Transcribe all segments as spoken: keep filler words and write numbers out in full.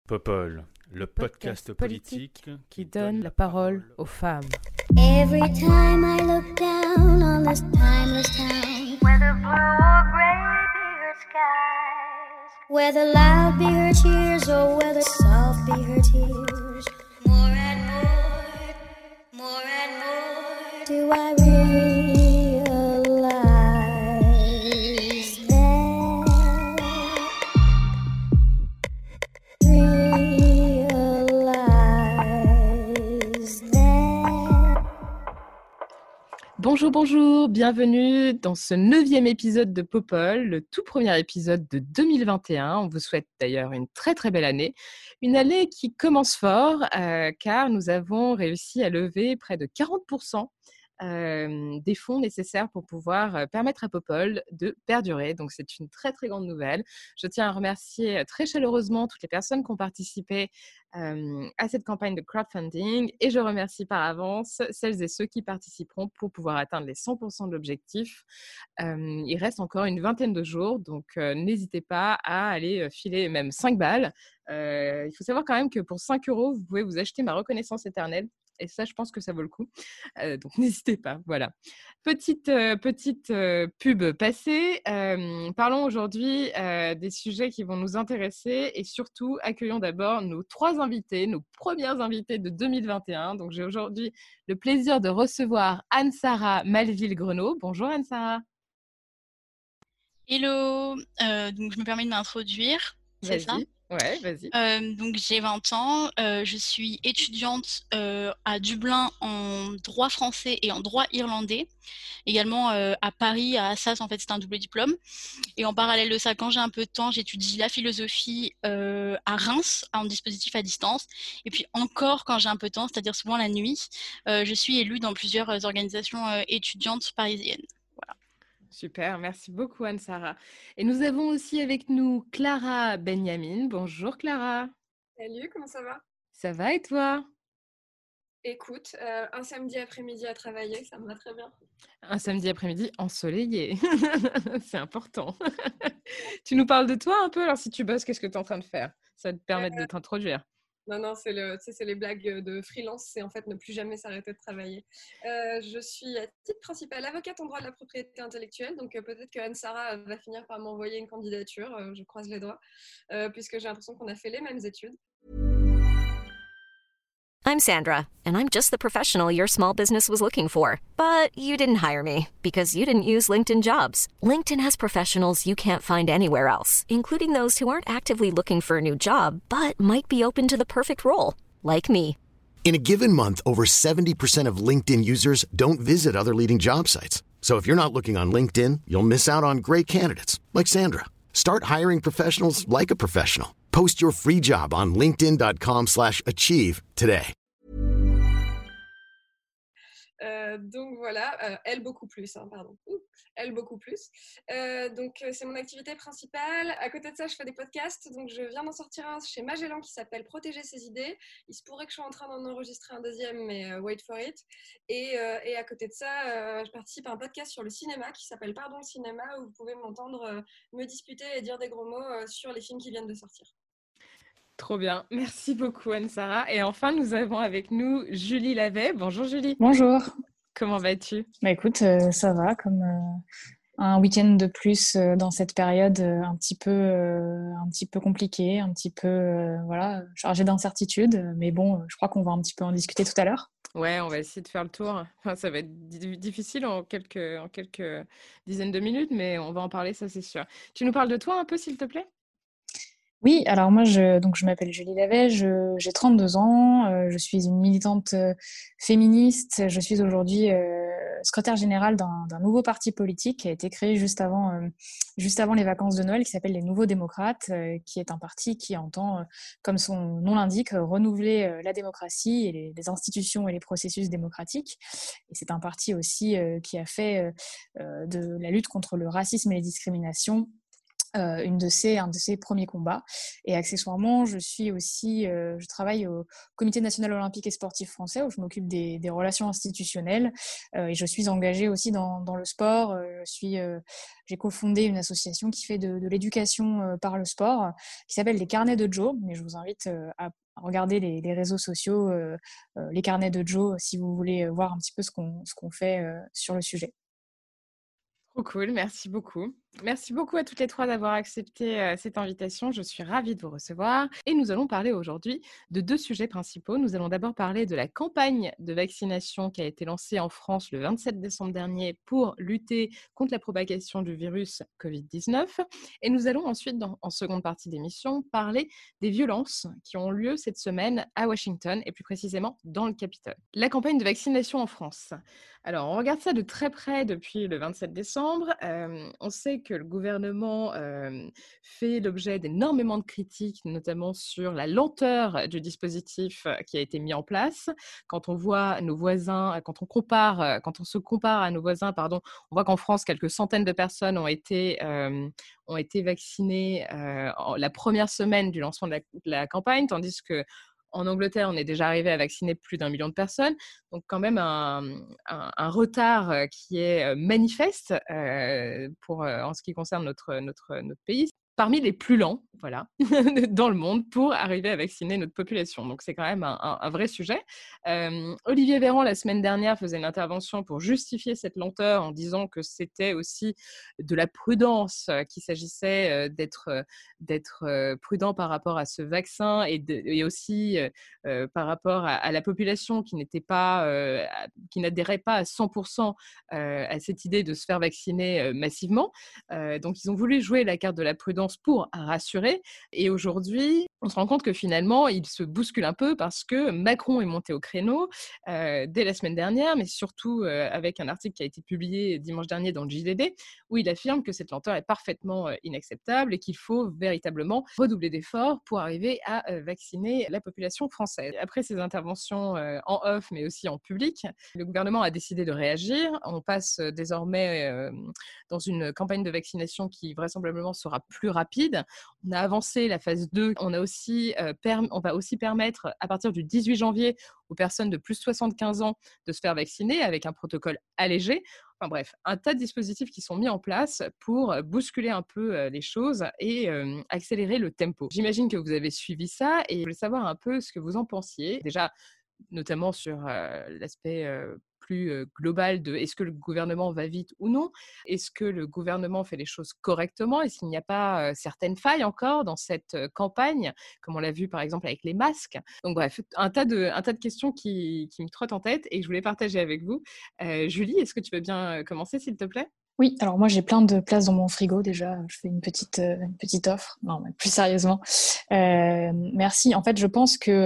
Popol, le podcast, podcast politique, politique qui donne la parole aux femmes. Every time I look down on this timeless town, whether blue or gray be her skies, whether loud be her cheers or whether soft be her tears, more and more, more and more do I realize Bonjour, bonjour, bienvenue dans ce neuvième épisode de Popol, le tout premier épisode de deux mille vingt et un. On vous souhaite d'ailleurs une très très belle année, une année qui commence fort euh, car nous avons réussi à lever près de quarante pour cent Euh, des fonds nécessaires pour pouvoir euh, permettre à Popol de perdurer. Donc, c'est une très, très grande nouvelle. Je tiens à remercier très chaleureusement toutes les personnes qui ont participé euh, à cette campagne de crowdfunding et je remercie par avance celles et ceux qui participeront pour pouvoir atteindre les cent pour cent de l'objectif. Euh, il reste encore une vingtaine de jours, donc euh, n'hésitez pas à aller filer même cinq balles. Euh, il faut savoir quand même que pour cinq euros, vous pouvez vous acheter ma reconnaissance éternelle. Et ça, je pense que ça vaut le coup. Euh, donc, n'hésitez pas. Voilà. Petite, euh, petite euh, pub passée. Euh, parlons aujourd'hui euh, des sujets qui vont nous intéresser et surtout, accueillons d'abord nos trois invités, nos premières invitées de deux mille vingt et un. Donc, j'ai aujourd'hui le plaisir de recevoir Anne-Sara Malville-Grenaud. Bonjour Anne-Sara. Hello. Euh, donc, je me permets de m'introduire. C'est Vas-y. ça ? Ouais, vas-y. Euh, donc j'ai vingt ans, euh, je suis étudiante euh, à Dublin en droit français et en droit irlandais, également euh, à Paris, à Assas, en fait c'est un double diplôme. Et en parallèle de ça, quand j'ai un peu de temps, j'étudie la philosophie euh, à Reims, en dispositif à distance. Et puis encore quand j'ai un peu de temps, c'est-à-dire souvent la nuit, euh, je suis élue dans plusieurs organisations euh, étudiantes parisiennes. Super, merci beaucoup Anne-Sara. Et nous avons aussi avec nous Clara Benyamin. Bonjour Clara. Salut, comment ça va ? Ça va et toi ? Écoute, euh, un samedi après-midi à travailler, ça me va très bien. Un samedi après-midi ensoleillé, c'est important. Tu nous parles de toi un peu, alors si tu bosses, qu'est-ce que tu es en train de faire ? Ça va te permettre euh... de t'introduire. Non, non, c'est, le, tu sais, c'est les blagues de freelance, c'est en fait ne plus jamais s'arrêter de travailler. Euh, je suis à titre principal avocate en droit de la propriété intellectuelle, donc euh, peut-être que Anne-Sara va finir par m'envoyer une candidature, euh, je croise les doigts, euh, puisque j'ai l'impression qu'on a fait les mêmes études. I'm Sandra, and I'm just the professional your small business was looking for. But you didn't hire me because you didn't use LinkedIn Jobs. LinkedIn has professionals you can't find anywhere else, including those who aren't actively looking for a new job, but might be open to the perfect role, like me. In a given month, over seventy percent of LinkedIn users don't visit other leading job sites. So if you're not looking on LinkedIn, you'll miss out on great candidates, like Sandra. Start hiring professionals like a professional. Post your free job on linkedin.com slash achieve today. Euh, donc voilà, euh, elle beaucoup plus, hein, pardon, Ouh, elle beaucoup plus. Euh, donc c'est mon activité principale. À côté de ça, je fais des podcasts. Donc je viens d'en sortir un chez Magellan qui s'appelle Protéger ses idées. Il se pourrait que je sois en train d'en enregistrer un deuxième, mais uh, wait for it. Et, euh, et à côté de ça, euh, je participe à un podcast sur le cinéma qui s'appelle Pardon le cinéma, où vous pouvez m'entendre euh, me disputer et dire des gros mots euh, sur les films qui viennent de sortir. Trop bien, merci beaucoup Anne-Sara. Et enfin, nous avons avec nous Julie Lavet. Bonjour Julie. Bonjour. Comment vas-tu ? Bah écoute, euh, ça va, comme euh, un week-end de plus euh, dans cette période euh, un petit peu, euh, un petit peu compliquée, un petit peu euh, voilà, chargée d'incertitudes. Mais bon, je crois qu'on va un petit peu en discuter tout à l'heure. Ouais, on va essayer de faire le tour. Enfin, ça va être d- difficile en quelques, en quelques dizaines de minutes, mais on va en parler, ça c'est sûr. Tu nous parles de toi un peu, s'il te plaît ? Oui, alors moi, je, donc je m'appelle Julie Lavet, je, j'ai trente-deux ans, euh, je suis une militante euh, féministe, je suis aujourd'hui euh, secrétaire générale d'un, d'un nouveau parti politique qui a été créé juste avant, euh, juste avant les vacances de Noël, qui s'appelle les Nouveaux Démocrates, euh, qui est un parti qui entend, euh, comme son nom l'indique, euh, renouveler euh, la démocratie et les, les institutions et les processus démocratiques. Et c'est un parti aussi euh, qui a fait euh, de la lutte contre le racisme et les discriminations Euh, une de ces, un de ces premiers combats. Et accessoirement, je suis aussi, euh, je travaille au Comité national olympique et sportif français où je m'occupe des, des relations institutionnelles euh, et je suis engagée aussi dans, dans le sport. Euh, je suis, euh, j'ai cofondé une association qui fait de, de l'éducation euh, par le sport qui s'appelle les Carnets de Joe. Mais je vous invite euh, à regarder les, les réseaux sociaux, euh, euh, les Carnets de Joe, si vous voulez voir un petit peu ce qu'on, ce qu'on fait euh, sur le sujet. Trop cool, merci beaucoup. Merci beaucoup à toutes les trois d'avoir accepté euh, cette invitation. Je suis ravie de vous recevoir. Et nous allons parler aujourd'hui de deux sujets principaux. Nous allons d'abord parler de la campagne de vaccination qui a été lancée en France le vingt-sept décembre dernier pour lutter contre la propagation du virus covid dix-neuf. Et nous allons ensuite, dans, en seconde partie d'émission, parler des violences qui ont lieu cette semaine à Washington et plus précisément dans le Capitole. La campagne de vaccination en France. Alors, on regarde ça de très près depuis le vingt-sept décembre. Euh, on sait que le gouvernement euh, fait l'objet d'énormément de critiques, notamment sur la lenteur du dispositif qui a été mis en place. Quand on voit nos voisins, quand on compare, quand on se compare à nos voisins, pardon, on voit qu'en France, quelques centaines de personnes ont été, euh, ont été vaccinées euh, en, la première semaine du lancement de la, de la campagne, tandis que en Angleterre, on est déjà arrivé à vacciner plus d'un million de personnes, donc quand même un, un, un retard qui est manifeste euh, pour, en ce qui concerne notre, notre, notre pays. Parmi les plus lents, voilà, dans le monde pour arriver à vacciner notre population. Donc, c'est quand même un, un, un vrai sujet. Euh, Olivier Véran, la semaine dernière, faisait une intervention pour justifier cette lenteur en disant que c'était aussi de la prudence, qu'il s'agissait d'être, d'être prudent par rapport à ce vaccin et, de, et aussi euh, par rapport à, à la population qui n'était pas, euh, qui n'adhérait pas à cent pour cent euh, à cette idée de se faire vacciner euh, massivement. Euh, donc, ils ont voulu jouer la carte de la prudence pour rassurer. Et aujourd'hui, on se rend compte que finalement, il se bouscule un peu parce que Macron est monté au créneau euh, dès la semaine dernière, mais surtout euh, avec un article qui a été publié dimanche dernier dans le J D D, où il affirme que cette lenteur est parfaitement euh, inacceptable et qu'il faut véritablement redoubler d'efforts pour arriver à euh, vacciner la population française. Après ces interventions euh, en off, mais aussi en public, le gouvernement a décidé de réagir. On passe euh, désormais euh, dans une campagne de vaccination qui vraisemblablement sera plus rapide. On a avancé la phase deux. On, a aussi, euh, perm- on va aussi permettre, à partir du dix-huit janvier, aux personnes de plus de soixante-quinze ans de se faire vacciner avec un protocole allégé. Enfin bref, un tas de dispositifs qui sont mis en place pour bousculer un peu euh, les choses et euh, accélérer le tempo. J'imagine que vous avez suivi ça et je voulais savoir un peu ce que vous en pensiez. Déjà, notamment sur euh, l'aspect euh, plus euh, global de est-ce que le gouvernement va vite ou non, est-ce que le gouvernement fait les choses correctement, est-ce qu'il n'y a pas euh, certaines failles encore dans cette euh, campagne, comme on l'a vu par exemple avec les masques. Donc bref, un tas de, un tas de questions qui, qui me trottent en tête et que je voulais partager avec vous. Euh, Julie, est-ce que tu veux bien commencer s'il te plaît ? Oui, alors moi j'ai plein de places dans mon frigo déjà, je fais une petite euh, une petite offre. Non, mais plus sérieusement, euh, merci. En fait, je pense que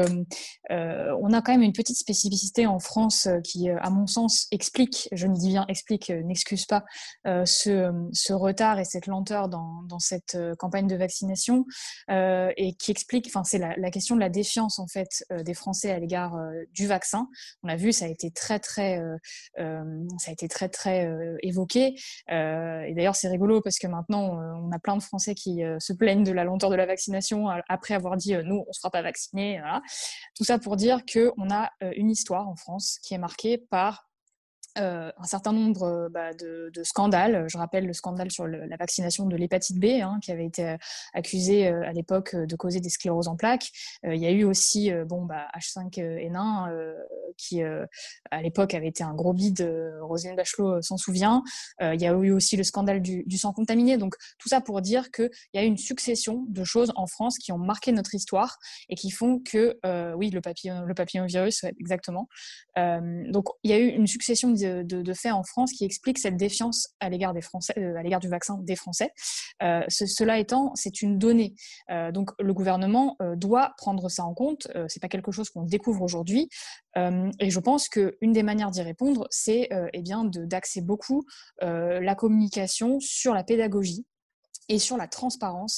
euh, on a quand même une petite spécificité en France qui, à mon sens, explique, je ne dis bien explique, euh, n'excuse pas euh, ce ce retard et cette lenteur dans dans cette campagne de vaccination euh, et qui explique, enfin c'est la, la question de la défiance en fait euh, des Français à l'égard euh, du vaccin. On a vu, ça a été très très euh, euh, ça a été très très euh, évoqué. Euh, et d'ailleurs, c'est rigolo parce que maintenant, euh, on a plein de Français qui euh, se plaignent de la lenteur de la vaccination euh, après avoir dit euh, « nous, on ne se fera pas vacciner ». Voilà. Tout ça pour dire qu'on a euh, une histoire en France qui est marquée par Euh, un certain nombre euh, bah, de, de scandales. Je rappelle le scandale sur le, la vaccination de l'hépatite B, hein, qui avait été euh, accusé euh, à l'époque de causer des scléroses en plaques. Euh, il y a eu aussi euh, bon, bah, H cinq N un, euh, qui euh, à l'époque avait été un gros bide. Euh, Roselyne Bachelot euh, s'en souvient. Euh, il y a eu aussi le scandale du, du sang contaminé. Donc tout ça pour dire qu'il y a eu une succession de choses en France qui ont marqué notre histoire et qui font que, euh, oui, le, papillon, le papillomavirus, ouais, exactement. Euh, donc il y a eu une succession de De, de, de faits en France qui expliquent cette défiance à l'égard des Français, euh, à l'égard du vaccin des Français. Euh, ce, cela étant, c'est une donnée. Euh, donc le gouvernement euh, doit prendre ça en compte. Euh, c'est pas quelque chose qu'on découvre aujourd'hui. Euh, et je pense qu'une des manières d'y répondre, c'est euh, eh bien de, d'axer beaucoup euh, la communication sur la pédagogie et sur la transparence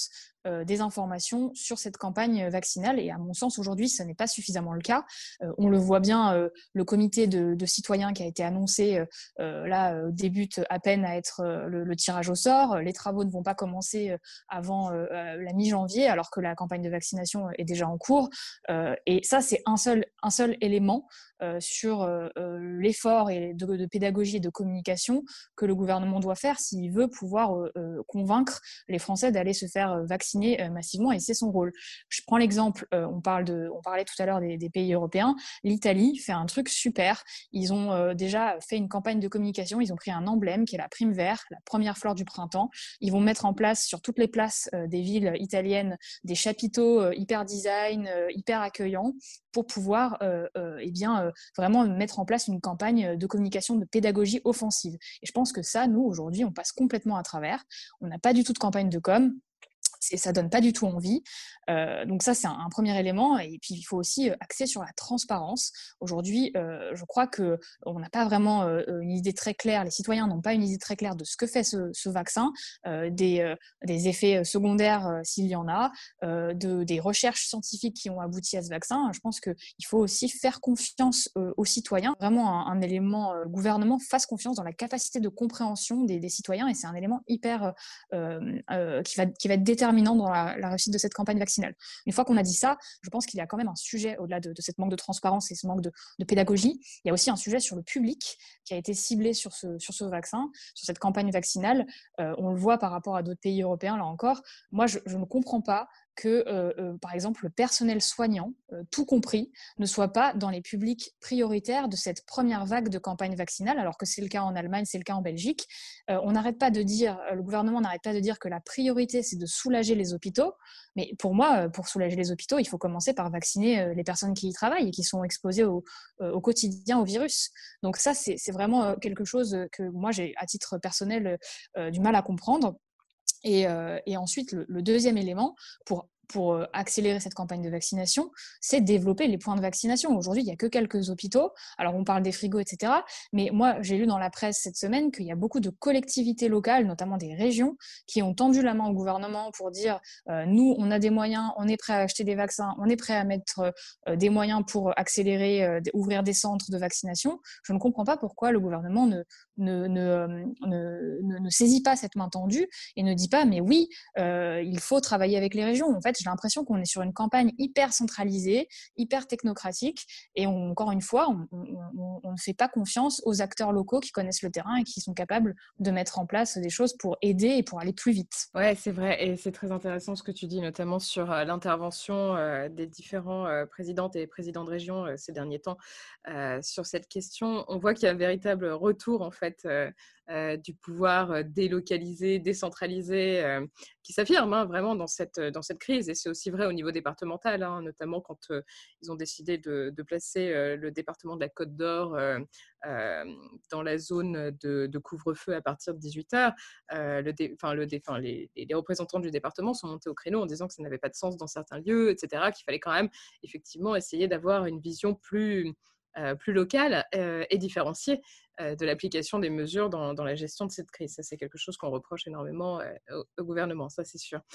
euh, des informations sur cette campagne vaccinale. Et à mon sens, aujourd'hui, ce n'est pas suffisamment le cas. Euh, on le voit bien, euh, le comité de, de citoyens qui a été annoncé, euh, là, euh, débute à peine à être euh, le, le tirage au sort. Les travaux ne vont pas commencer euh, avant euh, la mi-janvier, alors que la campagne de vaccination est déjà en cours. Euh, et ça, c'est un seul, un seul élément euh, sur euh, l'effort et de, de pédagogie et de communication que le gouvernement doit faire s'il veut pouvoir euh, convaincre les Français d'aller se faire vacciner euh, massivement, et c'est son rôle. Je prends l'exemple, euh, on, parle de, on parlait tout à l'heure des, des pays européens. L'Italie fait un truc super. Ils ont euh, déjà fait une campagne de communication. Ils ont pris un emblème qui est la prime vert, la première fleur du printemps. Ils vont mettre en place sur toutes les places euh, des villes italiennes des chapiteaux euh, hyper design, euh, hyper accueillants, pour pouvoir euh, euh, eh bien, euh, vraiment mettre en place une campagne de communication, de pédagogie offensive. Et je pense que ça, nous, aujourd'hui, on passe complètement à travers. On n'a pas du tout de campagne de com. Et ça donne pas du tout envie. Euh, donc ça, c'est un, un premier élément. Et puis, il faut aussi axer sur la transparence. Aujourd'hui, euh, je crois qu'on n'a pas vraiment euh, une idée très claire, les citoyens n'ont pas une idée très claire de ce que fait ce, ce vaccin, euh, des, euh, des effets secondaires euh, s'il y en a, euh, de, des recherches scientifiques qui ont abouti à ce vaccin. Je pense qu'il faut aussi faire confiance euh, aux citoyens. Vraiment un, un élément, euh, le gouvernement fasse confiance dans la capacité de compréhension des, des citoyens, et c'est un élément hyper euh, euh, qui, va, qui va être déterminant dans la, la réussite de cette campagne vaccinale. Une fois qu'on a dit ça, je pense qu'il y a quand même un sujet, au-delà de, de cette manque de transparence et ce manque de, de pédagogie, il y a aussi un sujet sur le public qui a été ciblé sur ce, sur ce vaccin, sur cette campagne vaccinale. Euh, on le voit par rapport à d'autres pays européens, là encore. Moi, je, je ne comprends pas que, euh, euh, par exemple, le personnel soignant, euh, tout compris, ne soit pas dans les publics prioritaires de cette première vague de campagne vaccinale, alors que c'est le cas en Allemagne, c'est le cas en Belgique. Euh, on n'arrête pas de dire, le gouvernement n'arrête pas de dire que la priorité, c'est de soulager les hôpitaux. Mais pour moi, pour soulager les hôpitaux, il faut commencer par vacciner les personnes qui y travaillent et qui sont exposées au, au quotidien au virus. Donc ça, c'est, c'est vraiment quelque chose que moi, j'ai, à titre personnel, euh, du mal à comprendre. Et, euh, et ensuite, le, le deuxième élément, pour, pour accélérer cette campagne de vaccination, c'est développer les points de vaccination. Aujourd'hui, il n'y a que quelques hôpitaux. Alors, on parle des frigos, et cetera. Mais moi, j'ai lu dans la presse cette semaine qu'il y a beaucoup de collectivités locales, notamment des régions, qui ont tendu la main au gouvernement pour dire euh, « Nous, on a des moyens, on est prêt à acheter des vaccins, on est prêt à mettre euh, des moyens pour accélérer, euh, ouvrir des centres de vaccination. » Je ne comprends pas pourquoi le gouvernement ne, ne, ne, ne, ne, ne saisit pas cette main tendue et ne dit pas « Mais oui, euh, il faut travailler avec les régions. » En fait, j'ai l'impression qu'on est sur une campagne hyper centralisée, hyper technocratique, et on, encore une fois, on, on, on ne fait pas confiance aux acteurs locaux qui connaissent le terrain et qui sont capables de mettre en place des choses pour aider et pour aller plus vite. Ouais, c'est vrai, et c'est très intéressant ce que tu dis, notamment sur euh, l'intervention euh, des différents euh, présidentes et présidents de région euh, ces derniers temps euh, sur cette question. On voit qu'il y a un véritable retour en fait euh, euh, du pouvoir euh, délocalisé, décentralisé, euh, qui s'affirme hein, vraiment dans cette, dans cette crise. Et c'est aussi vrai au niveau départemental, hein, notamment quand euh, ils ont décidé de, de placer euh, le département de la Côte d'Or euh, euh, dans la zone de, de couvre-feu à partir de dix-huit heures. Euh, le dé, enfin, le dé, enfin, les, les représentants du département sont montés au créneau en disant que ça n'avait pas de sens dans certains lieux, et cetera, qu'il fallait quand même effectivement essayer d'avoir une vision plus, euh, plus locale euh, et différenciée euh, de l'application des mesures dans, dans la gestion de cette crise. Ça, c'est quelque chose qu'on reproche énormément euh, au, au gouvernement, ça c'est sûr.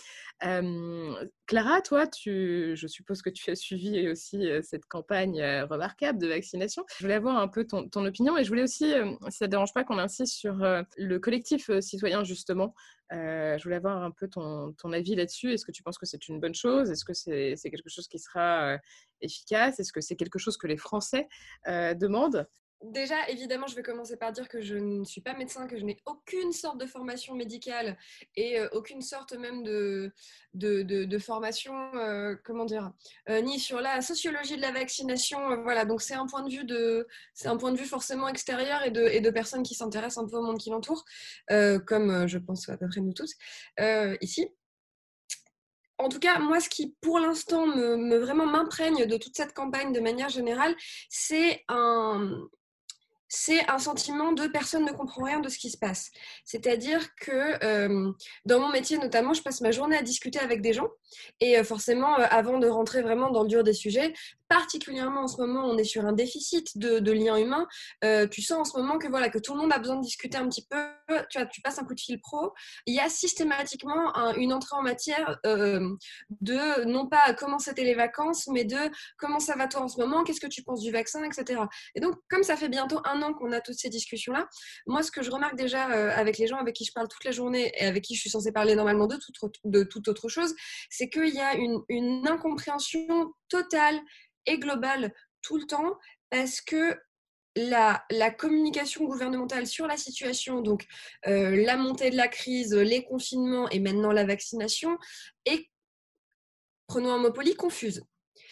Euh, Clara, toi, tu, je suppose que tu as suivi aussi euh, cette campagne euh, remarquable de vaccination. Je voulais avoir un peu ton, ton opinion, et je voulais aussi, euh, si ça ne te dérange pas, qu'on insiste sur euh, le collectif euh, citoyen, justement. Euh, je voulais avoir un peu ton, ton avis là-dessus. Est-ce que tu penses que c'est une bonne chose ? Est-ce que c'est, c'est quelque chose qui sera euh, efficace ? Est-ce que c'est quelque chose que les Français euh, demandent ? Déjà, évidemment, je vais commencer par dire que je ne suis pas médecin, que je n'ai aucune sorte de formation médicale et euh, aucune sorte même de, de, de, de formation, euh, comment dire, euh, ni sur la sociologie de la vaccination. Euh, voilà, donc c'est un point de vue de, c'est un point de vue forcément extérieur et de, et de personnes qui s'intéressent un peu au monde qui l'entoure, euh, comme euh, je pense à peu près nous tous euh, ici. En tout cas, moi, ce qui, pour l'instant, me, me vraiment m'imprègne de toute cette campagne de manière générale, c'est un... c'est un sentiment de personne ne comprend rien de ce qui se passe. C'est-à-dire que euh, dans mon métier notamment, je passe ma journée à discuter avec des gens et euh, forcément, euh, avant de rentrer vraiment dans le dur des sujets, particulièrement en ce moment, on est sur un déficit de, de liens humains. Euh, tu sens en ce moment que, voilà, que tout le monde a besoin de discuter un petit peu. Tu vois, tu passes un coup de fil pro. Il y a systématiquement un, une entrée en matière euh, de, non pas comment c'était les vacances, mais de comment ça va toi en ce moment, qu'est-ce que tu penses du vaccin, et cetera. Et donc, comme ça fait bientôt un an qu'on a toutes ces discussions-là, moi, ce que je remarque déjà euh, avec les gens avec qui je parle toute la journée et avec qui je suis censée parler normalement de toute, de toute autre chose, c'est qu'il y a une, une incompréhension totale et globale tout le temps, parce que la, la communication gouvernementale sur la situation, donc euh, la montée de la crise, les confinements et maintenant la vaccination, est, prenons un mot poli, confuse.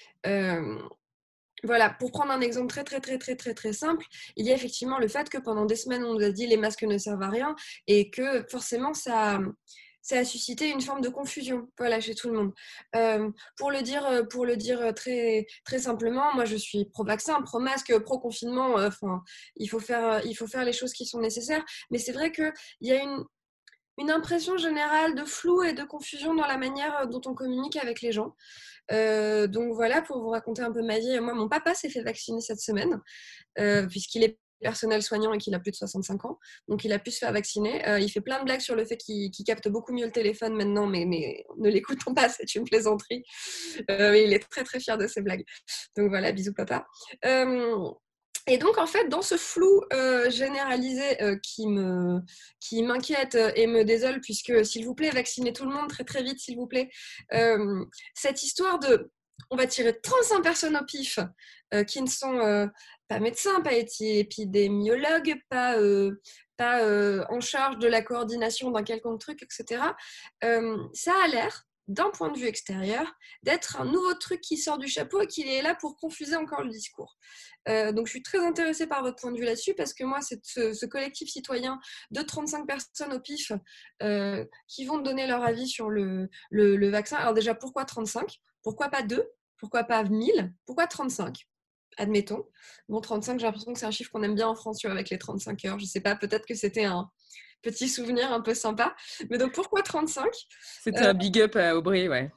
Euh, Voilà, pour prendre un exemple très très très très très très simple, il y a effectivement le fait que pendant des semaines on nous a dit les masques ne servent à rien et que forcément ça, ça a suscité une forme de confusion, voilà, chez tout le monde. Euh, pour le dire, pour le dire très très simplement, moi je suis pro-vaccin, pro-masque, pro-confinement. Enfin, euh, il faut faire il faut faire les choses qui sont nécessaires, mais c'est vrai que il y a une une impression générale de flou et de confusion dans la manière dont on communique avec les gens. Euh, donc voilà, pour vous raconter un peu ma vie, moi, mon papa s'est fait vacciner cette semaine, euh, puisqu'il est personnel soignant et qu'il a plus de soixante-cinq ans. Donc, il a pu se faire vacciner. Euh, il fait plein de blagues sur le fait qu'il, qu'il capte beaucoup mieux le téléphone maintenant, mais, mais ne l'écoutons pas, c'est une plaisanterie. Euh, il est très, très fier de ses blagues. Donc voilà, bisous papa. Euh, Et donc, en fait, dans ce flou euh, généralisé euh, qui, me, qui m'inquiète et me désole, puisque, s'il vous plaît, vaccinez tout le monde très très vite, s'il vous plaît, euh, cette histoire de, on va tirer trente-cinq personnes au pif euh, qui ne sont euh, pas médecins, pas épidémiologues, pas, euh, pas euh, en charge de la coordination d'un quelconque truc, et cetera. Euh, ça a l'air, d'un point de vue extérieur, d'être un nouveau truc qui sort du chapeau et qui est là pour confuser encore le discours. Euh, donc, je suis très intéressée par votre point de vue là-dessus, parce que moi, c'est ce, ce collectif citoyen de trente-cinq personnes au pif euh, qui vont donner leur avis sur le, le, le vaccin. Alors déjà, pourquoi trente-cinq ? Pourquoi pas deux ? Pourquoi pas mille ? Pourquoi trente-cinq ? Admettons. Bon, trente-cinq, j'ai l'impression que c'est un chiffre qu'on aime bien en France, tu vois, avec les trente-cinq heures. Je sais pas, peut-être que c'était un petit souvenir un peu sympa. Mais donc, pourquoi trente-cinq ? C'était euh, un big up à Aubry, ouais.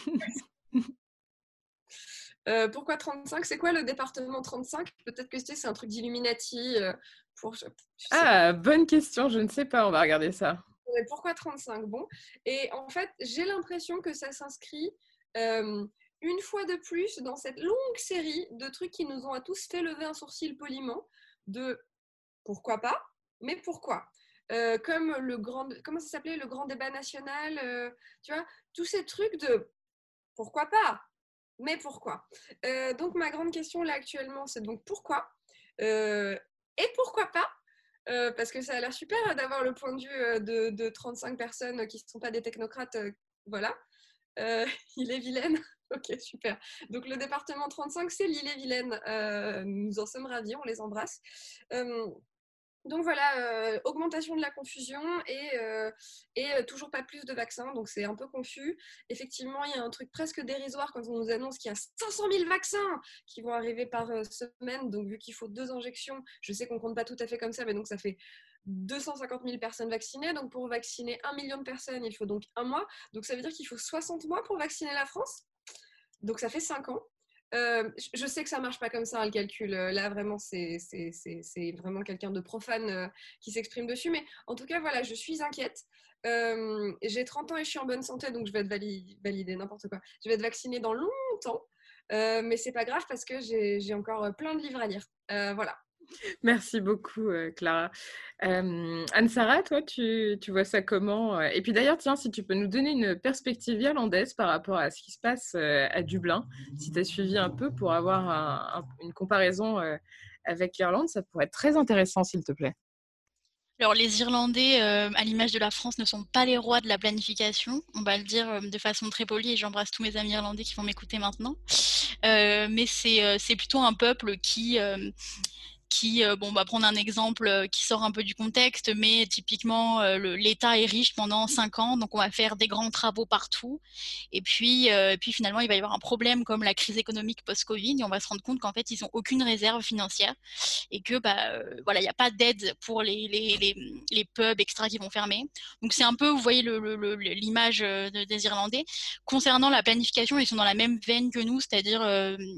Euh, pourquoi trente-cinq ? C'est quoi le département trente-cinq ? Peut-être que c'est un truc d'Illuminati. Euh, pour, je, je ah, bonne question, je ne sais pas, on va regarder ça. Mais pourquoi trente-cinq ? Bon. Et en fait, j'ai l'impression que ça s'inscrit euh, une fois de plus dans cette longue série de trucs qui nous ont à tous fait lever un sourcil poliment de pourquoi pas, mais pourquoi ? Euh, comme le grand, comment ça s'appelait, le grand débat national, euh, tu vois, tous ces trucs de pourquoi pas, mais pourquoi ? euh, Donc, ma grande question là actuellement, c'est donc pourquoi ? euh, Et pourquoi pas ? euh, Parce que ça a l'air super d'avoir le point de vue de, de trente-cinq personnes qui ne sont pas des technocrates. Euh, voilà. Euh, Ille-et-Vilaine. Ok, super. Donc, le département trente-cinq, c'est l'Ille-et-Vilaine. Euh, nous en sommes ravis, on les embrasse. Euh, Donc voilà, euh, augmentation de la confusion et, euh, et euh, toujours pas plus de vaccins, donc c'est un peu confus. Effectivement, il y a un truc presque dérisoire quand on nous annonce qu'il y a cinq cent mille vaccins qui vont arriver par euh, semaine, donc vu qu'il faut deux injections, je sais qu'on compte pas tout à fait comme ça, mais donc ça fait deux cent cinquante mille personnes vaccinées, donc pour vacciner un million de personnes, il faut donc un mois, donc ça veut dire qu'il faut soixante mois pour vacciner la France, donc ça fait cinq ans. Euh, je sais que ça marche pas comme ça, hein, le calcul. Là, vraiment, c'est, c'est, c'est, c'est vraiment quelqu'un de profane euh, qui s'exprime dessus. Mais en tout cas, voilà, je suis inquiète. Euh, j'ai trente ans et je suis en bonne santé, donc je vais être validée, validée n'importe quoi. Je vais être vaccinée dans longtemps. Euh, mais c'est pas grave parce que j'ai, j'ai encore plein de livres à lire. Euh, voilà. Merci beaucoup, euh, Clara. Euh, Anne-Sara, toi, tu, tu vois ça comment ? Et puis d'ailleurs, tiens, si tu peux nous donner une perspective irlandaise par rapport à ce qui se passe euh, à Dublin, si tu as suivi un peu pour avoir un, un, une comparaison euh, avec l'Irlande, ça pourrait être très intéressant, s'il te plaît. Alors, les Irlandais, euh, à l'image de la France, ne sont pas les rois de la planification. On va le dire euh, de façon très polie, et j'embrasse tous mes amis irlandais qui vont m'écouter maintenant. Euh, mais c'est, euh, c'est plutôt un peuple qui... Euh, qui, euh, bon, on va prendre un exemple euh, qui sort un peu du contexte, mais typiquement, euh, le, l'État est riche pendant cinq ans, donc on va faire des grands travaux partout. Et puis, euh, et puis finalement, il va y avoir un problème comme la crise économique post-Covid, et on va se rendre compte qu'en fait, ils n'ont aucune réserve financière, et que, bah, euh, voilà, il n'y a pas d'aide pour les, les, les, les pubs, et cetera, qui vont fermer. Donc c'est un peu, vous voyez le, le, le, l'image de, des Irlandais. Concernant la planification, ils sont dans la même veine que nous, c'est-à-dire... Euh,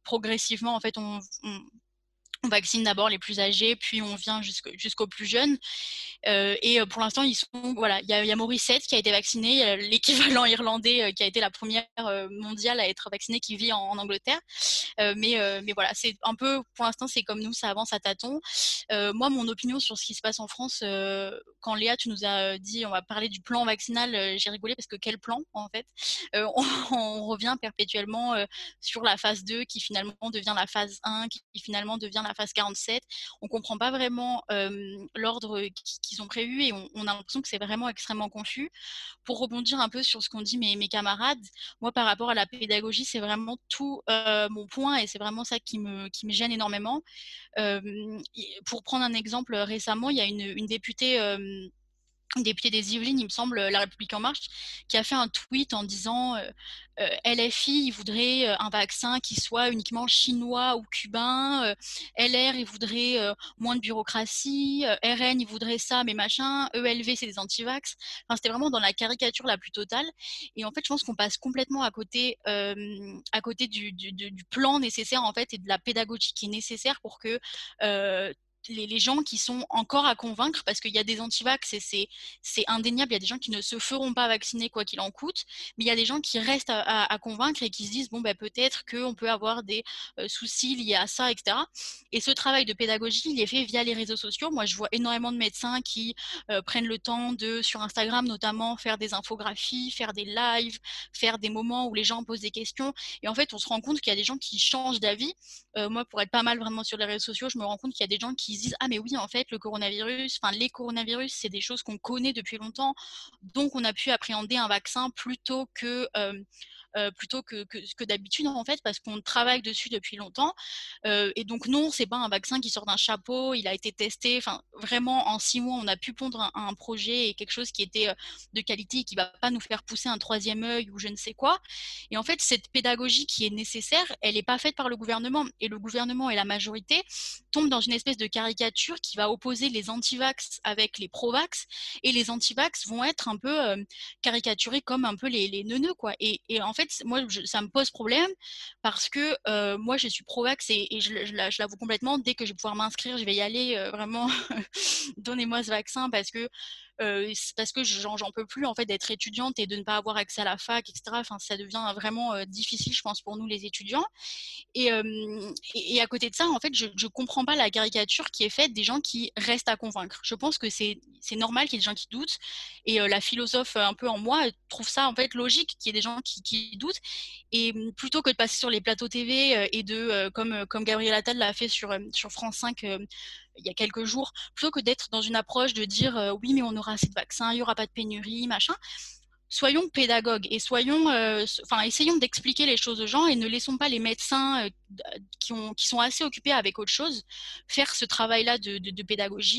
progressivement, en fait, on, on, on vaccine d'abord les plus âgés, puis on vient jusqu'au, jusqu'aux plus jeunes. Euh, et pour l'instant, ils sont, voilà, il y a, il y a Morissette qui a été vacciné, il y a l'équivalent irlandais euh, qui a été la première euh, mondiale à être vaccinée, qui vit en, en Angleterre. Euh, mais, euh, mais voilà, c'est un peu, pour l'instant, c'est comme nous, ça avance à tâtons. Euh, moi, mon opinion sur ce qui se passe en France, euh, quand Léa, tu nous as dit, on va parler du plan vaccinal, euh, j'ai rigolé parce que quel plan, en fait euh, on, on revient perpétuellement euh, sur la phase deux qui finalement devient la phase un, qui finalement devient la phase quarante-sept. On comprend pas vraiment euh, l'ordre qu'ils ont prévu et on, on a l'impression que c'est vraiment extrêmement confus. Pour rebondir un peu sur ce qu'ont dit mes, mes camarades, moi, par rapport à la pédagogie, c'est vraiment tout euh, mon point et c'est vraiment ça qui me, qui me gêne énormément. Euh, pour prendre un exemple, récemment, il y a une, une députée... Euh, une députée des Yvelines, il me semble, La République En Marche, qui a fait un tweet en disant euh, euh, L F I, il voudrait euh, un vaccin qui soit uniquement chinois ou cubain, euh, L R, il voudrait euh, moins de bureaucratie, euh, R N, il voudrait ça, mais machin, E L V, c'est des anti-vax. Enfin, c'était vraiment dans la caricature la plus totale. Et en fait, je pense qu'on passe complètement à côté, euh, à côté du, du, du plan nécessaire, en fait, et de la pédagogie qui est nécessaire pour que euh, Les, les gens qui sont encore à convaincre, parce qu'il y a des anti-vax et c'est, c'est indéniable, il y a des gens qui ne se feront pas vacciner quoi qu'il en coûte, mais il y a des gens qui restent à, à, à convaincre et qui se disent bon ben peut-être qu'on peut avoir des euh, soucis liés à ça, et cetera. Et ce travail de pédagogie, il est fait via les réseaux sociaux. Moi, je vois énormément de médecins qui euh, prennent le temps de, sur Instagram notamment, faire des infographies, faire des lives, faire des moments où les gens posent des questions. Et en fait, on se rend compte qu'il y a des gens qui changent d'avis. Euh, moi, pour être pas mal vraiment sur les réseaux sociaux, je me rends compte qu'il y a des gens qui se disent ah mais oui en fait le coronavirus, enfin les coronavirus c'est des choses qu'on connaît depuis longtemps, donc on a pu appréhender un vaccin plutôt que euh, euh, plutôt que, que, que d'habitude en fait parce qu'on travaille dessus depuis longtemps euh, et donc non c'est pas un vaccin qui sort d'un chapeau, il a été testé, enfin vraiment en six mois on a pu pondre un, un projet et quelque chose qui était de qualité et qui va pas nous faire pousser un troisième œil ou je ne sais quoi. Et en fait cette pédagogie qui est nécessaire elle est pas faite par le gouvernement et le gouvernement et la majorité tombent dans une espèce de caricature qui va opposer les anti-vax avec les pro-vax et les anti-vax vont être un peu euh, caricaturés comme un peu les, les neuneux quoi. Et, et en fait moi je, ça me pose problème parce que euh, moi je suis pro-vax et, et je, je, je l'avoue complètement, dès que je vais pouvoir m'inscrire je vais y aller euh, vraiment donnez-moi ce vaccin parce que Euh, parce que j'en, j'en peux plus en fait d'être étudiante et de ne pas avoir accès à la fac, et cetera. Enfin, ça devient vraiment euh, difficile, je pense, pour nous les étudiants. Et, euh, et, et à côté de ça, en fait, je, je comprends pas la caricature qui est faite des gens qui restent à convaincre. Je pense que c'est, c'est normal qu'il y ait des gens qui doutent. Et euh, la philosophe un peu en moi trouve ça en fait logique qu'il y ait des gens qui, qui doutent. Et plutôt que de passer sur les plateaux T V et de, euh, comme, comme Gabriel Attal l'a fait sur, sur France cinq euh, il y a quelques jours, plutôt que d'être dans une approche de dire euh, oui mais on aura assez de vaccins, il n'y aura pas de pénurie, machin, soyons pédagogues et soyons, enfin euh, essayons d'expliquer les choses aux gens et ne laissons pas les médecins euh, qui, ont, qui sont assez occupés avec autre chose faire ce travail-là de, de, de pédagogie.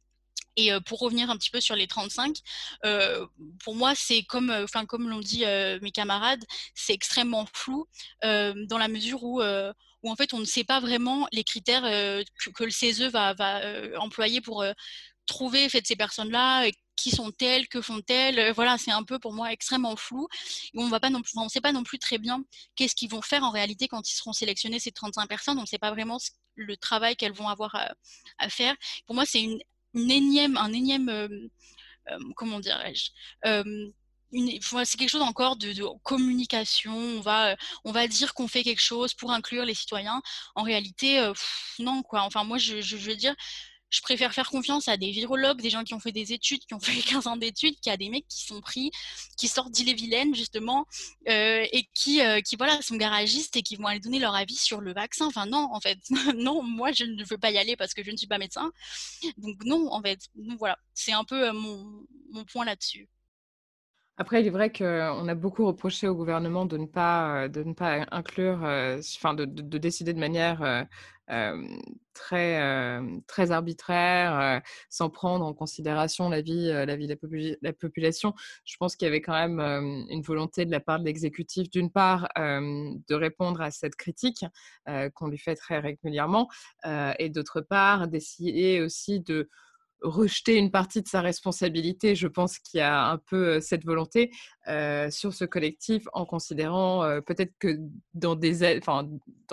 Et euh, pour revenir un petit peu sur les trente-cinq, euh, pour moi, c'est comme, enfin euh, comme l'ont dit euh, mes camarades, c'est extrêmement flou euh, dans la mesure où euh, où en fait on ne sait pas vraiment les critères euh, que, que le C E S E va, va euh, employer pour euh, trouver en fait, ces personnes-là, qui sont-elles, que font-elles, voilà, c'est un peu pour moi extrêmement flou. Et on va pas non plus, on ne sait pas non plus très bien qu'est-ce qu'ils vont faire en réalité quand ils seront sélectionnés, ces trente-cinq personnes, on ne sait pas vraiment le travail qu'elles vont avoir à, à faire. Pour moi, c'est une, une énième, un énième, euh, euh, comment dirais-je, euh, Une, c'est quelque chose encore de, de communication, on va, on va dire qu'on fait quelque chose pour inclure les citoyens. En réalité, euh, pff, non, quoi. Enfin, moi, je, je, je veux dire, je préfère faire confiance à des virologues, des gens qui ont fait des études, qui ont fait quinze ans d'études, qu'à des mecs qui sont pris, qui sortent d'Ille-et-Vilaine, justement, euh, et qui, euh, qui, voilà, sont garagistes et qui vont aller donner leur avis sur le vaccin. Enfin, non, en fait. Non, moi, je ne veux pas y aller parce que je ne suis pas médecin. Donc, non, en fait. Donc, voilà. C'est un peu euh, mon, mon point là-dessus. Après, il est vrai qu'on a beaucoup reproché au gouvernement de ne pas, de ne pas inclure, euh, enfin de, de, de décider de manière euh, euh, très, euh, très arbitraire, euh, sans prendre en considération la vie, euh, la vie de la, popul- la population. Je pense qu'il y avait quand même euh, une volonté de la part de l'exécutif, d'une part, euh, de répondre à cette critique euh, qu'on lui fait très régulièrement, euh, et d'autre part, d'essayer aussi de rejeter une partie de sa responsabilité. Je pense qu'il y a un peu cette volonté euh, sur ce collectif en considérant euh, peut-être que dans, des, enfin,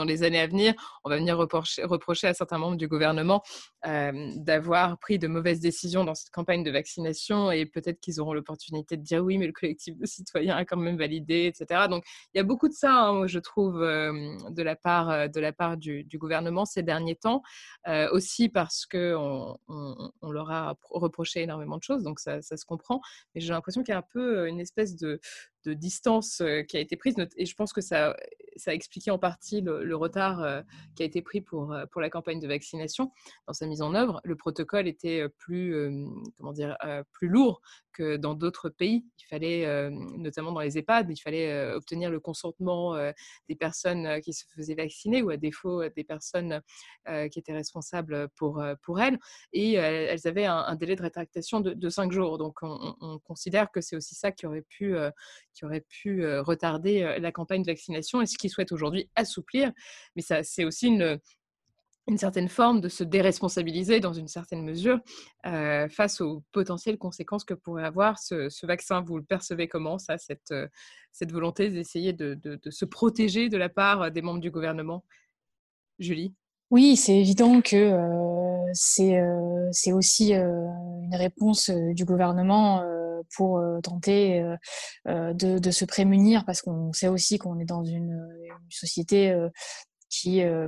dans les années à venir, on va venir reprocher, reprocher à certains membres du gouvernement euh, d'avoir pris de mauvaises décisions dans cette campagne de vaccination et peut-être qu'ils auront l'opportunité de dire oui, mais le collectif de citoyens a quand même validé, et cetera. Donc, il y a beaucoup de ça, hein, je trouve, euh, de la part, de la part du, du gouvernement ces derniers temps, euh, aussi parce qu'on on, on leur a reproché énormément de choses, donc ça, ça se comprend. Mais j'ai l'impression qu'il y a un peu une espèce de, de distance qui a été prise, et je pense que ça, ça a expliqué en partie le, le retard qui a été pris pour, pour la campagne de vaccination dans sa mise en œuvre. Le protocole était plus, euh, comment dire, euh, plus lourd que dans d'autres pays. Il fallait, euh, notamment dans les EHPAD, il fallait euh, obtenir le consentement euh, des personnes qui se faisaient vacciner ou à défaut des personnes euh, qui étaient responsables pour, pour elles. Et euh, elles avaient un, un délai de rétractation de, de cinq jours. Donc, on, on considère que c'est aussi ça qui aurait pu, euh, qui aurait pu euh, retarder euh, la campagne de vaccination et ce qu'ils souhaitent aujourd'hui assouplir. Mais ça, c'est aussi une... une certaine forme de se déresponsabiliser dans une certaine mesure euh, face aux potentielles conséquences que pourrait avoir ce, ce vaccin. Vous le percevez comment, ça, cette, euh, cette volonté d'essayer de, de, de se protéger de la part des membres du gouvernement? Julie? Oui, c'est évident que euh, c'est, euh, c'est aussi euh, une réponse euh, du gouvernement euh, pour euh, tenter euh, euh, de, de se prémunir, parce qu'on sait aussi qu'on est dans une, une société euh, qui... Euh,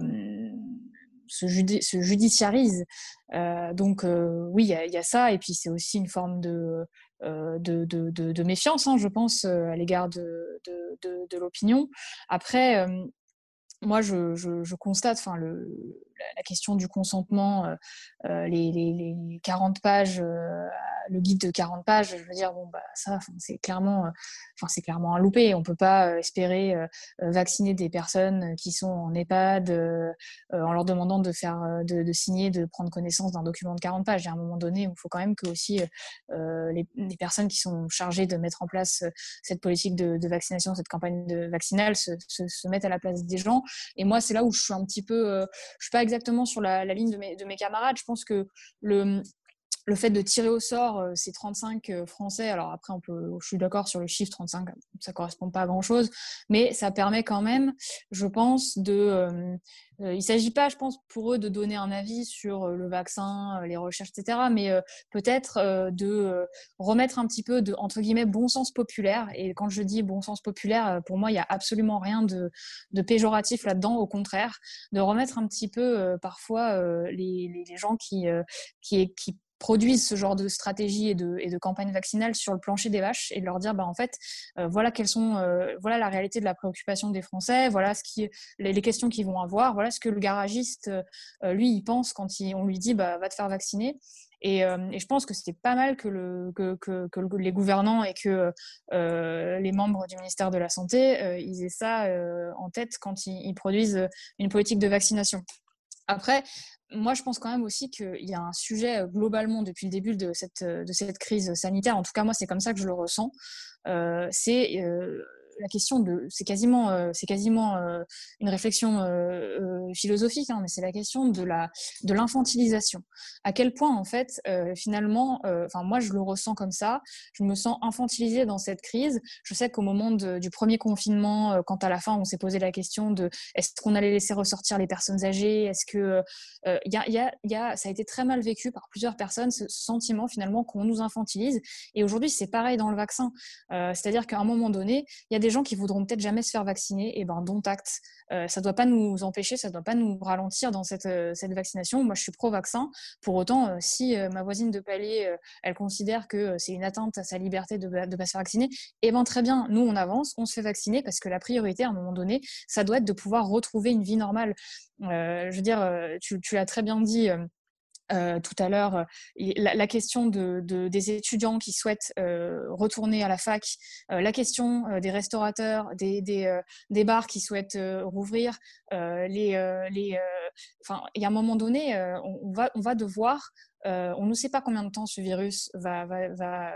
Se, judi- se judiciarise. Euh, donc euh, oui, il y, y a ça, et puis c'est aussi une forme de, euh, de, de, de, de méfiance, hein, je pense, euh, à l'égard de, de, de, de l'opinion. Après, euh, moi, je, je, je constate, enfin, le, la question du consentement, euh, euh, les, les, les quarante pages, euh, le guide de quarante pages, je veux dire, bon, bah, ça, c'est clairement, euh, enfin, c'est clairement un loupé. On ne peut pas euh, espérer euh, vacciner des personnes qui sont en EHPAD euh, euh, en leur demandant de, faire, de, de signer, de prendre connaissance d'un document de quarante pages. Il y a un moment donné où il faut quand même que aussi euh, les, les personnes qui sont chargées de mettre en place cette politique de, de vaccination, cette campagne de vaccinale, se, se, se mettent à la place des gens. Et moi, c'est là où je suis un petit peu... Euh, je suis pas exactement sur la, la ligne de mes, de mes camarades. Je pense que le... Le fait de tirer au sort euh, ces trente-cinq euh, Français, alors après, on peut, je suis d'accord sur le chiffre trente-cinq, ça ne correspond pas à grand-chose, mais ça permet quand même, je pense, de... Euh, euh, il ne s'agit pas, je pense, pour eux de donner un avis sur euh, le vaccin, euh, les recherches, et cetera, mais euh, peut-être euh, de euh, remettre un petit peu de, entre guillemets, bon sens populaire. Et quand je dis bon sens populaire, euh, pour moi, il n'y a absolument rien de, de péjoratif là-dedans, au contraire, de remettre un petit peu, euh, parfois, euh, les, les, les gens qui, euh, qui, qui produisent ce genre de stratégie et de, et de campagne vaccinale sur le plancher des vaches, et de leur dire, bah, en fait, euh, voilà quelles sont, euh, voilà la réalité de la préoccupation des Français, voilà ce qui, les, les questions qu'ils vont avoir, voilà ce que le garagiste, euh, lui, il pense quand il, on lui dit, bah, va te faire vacciner. Et, euh, et je pense que c'était pas mal que, le, que, que, que les gouvernants et que euh, les membres du ministère de la Santé, euh, ils aient ça euh, en tête quand ils, ils produisent une politique de vaccination. Après, moi, je pense quand même aussi qu'il y a un sujet globalement depuis le début de cette, de cette crise sanitaire, en tout cas moi c'est comme ça que je le ressens, euh, c'est euh, la question de, c'est quasiment, euh, c'est quasiment euh, une réflexion euh, euh, philosophique, hein, mais c'est la question de la, de l'infantilisation. À quel point en fait, euh, finalement, enfin euh, moi je le ressens comme ça, je me sens infantilisée dans cette crise. Je sais qu'au moment de, du premier confinement, euh, quand à la fin on s'est posé la question de est-ce qu'on allait laisser ressortir les personnes âgées, est-ce que euh, y a, y a, y a, ça a été très mal vécu par plusieurs personnes, ce, ce sentiment finalement qu'on nous infantilise. Et aujourd'hui c'est pareil dans le vaccin, euh, c'est-à-dire qu'à un moment donné, il y a des gens qui voudront peut-être jamais se faire vacciner, et ben dont acte. Euh, ça ne doit pas nous empêcher, ça ne doit pas nous ralentir dans cette, euh, cette vaccination. Moi, je suis pro-vaccin. Pour autant, euh, si euh, ma voisine de palier, euh, elle considère que euh, c'est une atteinte à sa liberté de ne pas se faire vacciner, et ben très bien, nous, on avance, on se fait vacciner, parce que la priorité, à un moment donné, ça doit être de pouvoir retrouver une vie normale. Euh, je veux dire, euh, tu, tu l'as très bien dit... Euh, Euh, tout à l'heure, la, la question de, de, des étudiants qui souhaitent euh, retourner à la fac, euh, la question euh, des restaurateurs, des, des, euh, des bars qui souhaitent euh, rouvrir, euh, les, euh, les, euh, il y a un moment donné, euh, on, on, va, on va devoir, euh, on ne sait pas combien de temps ce virus va, va, va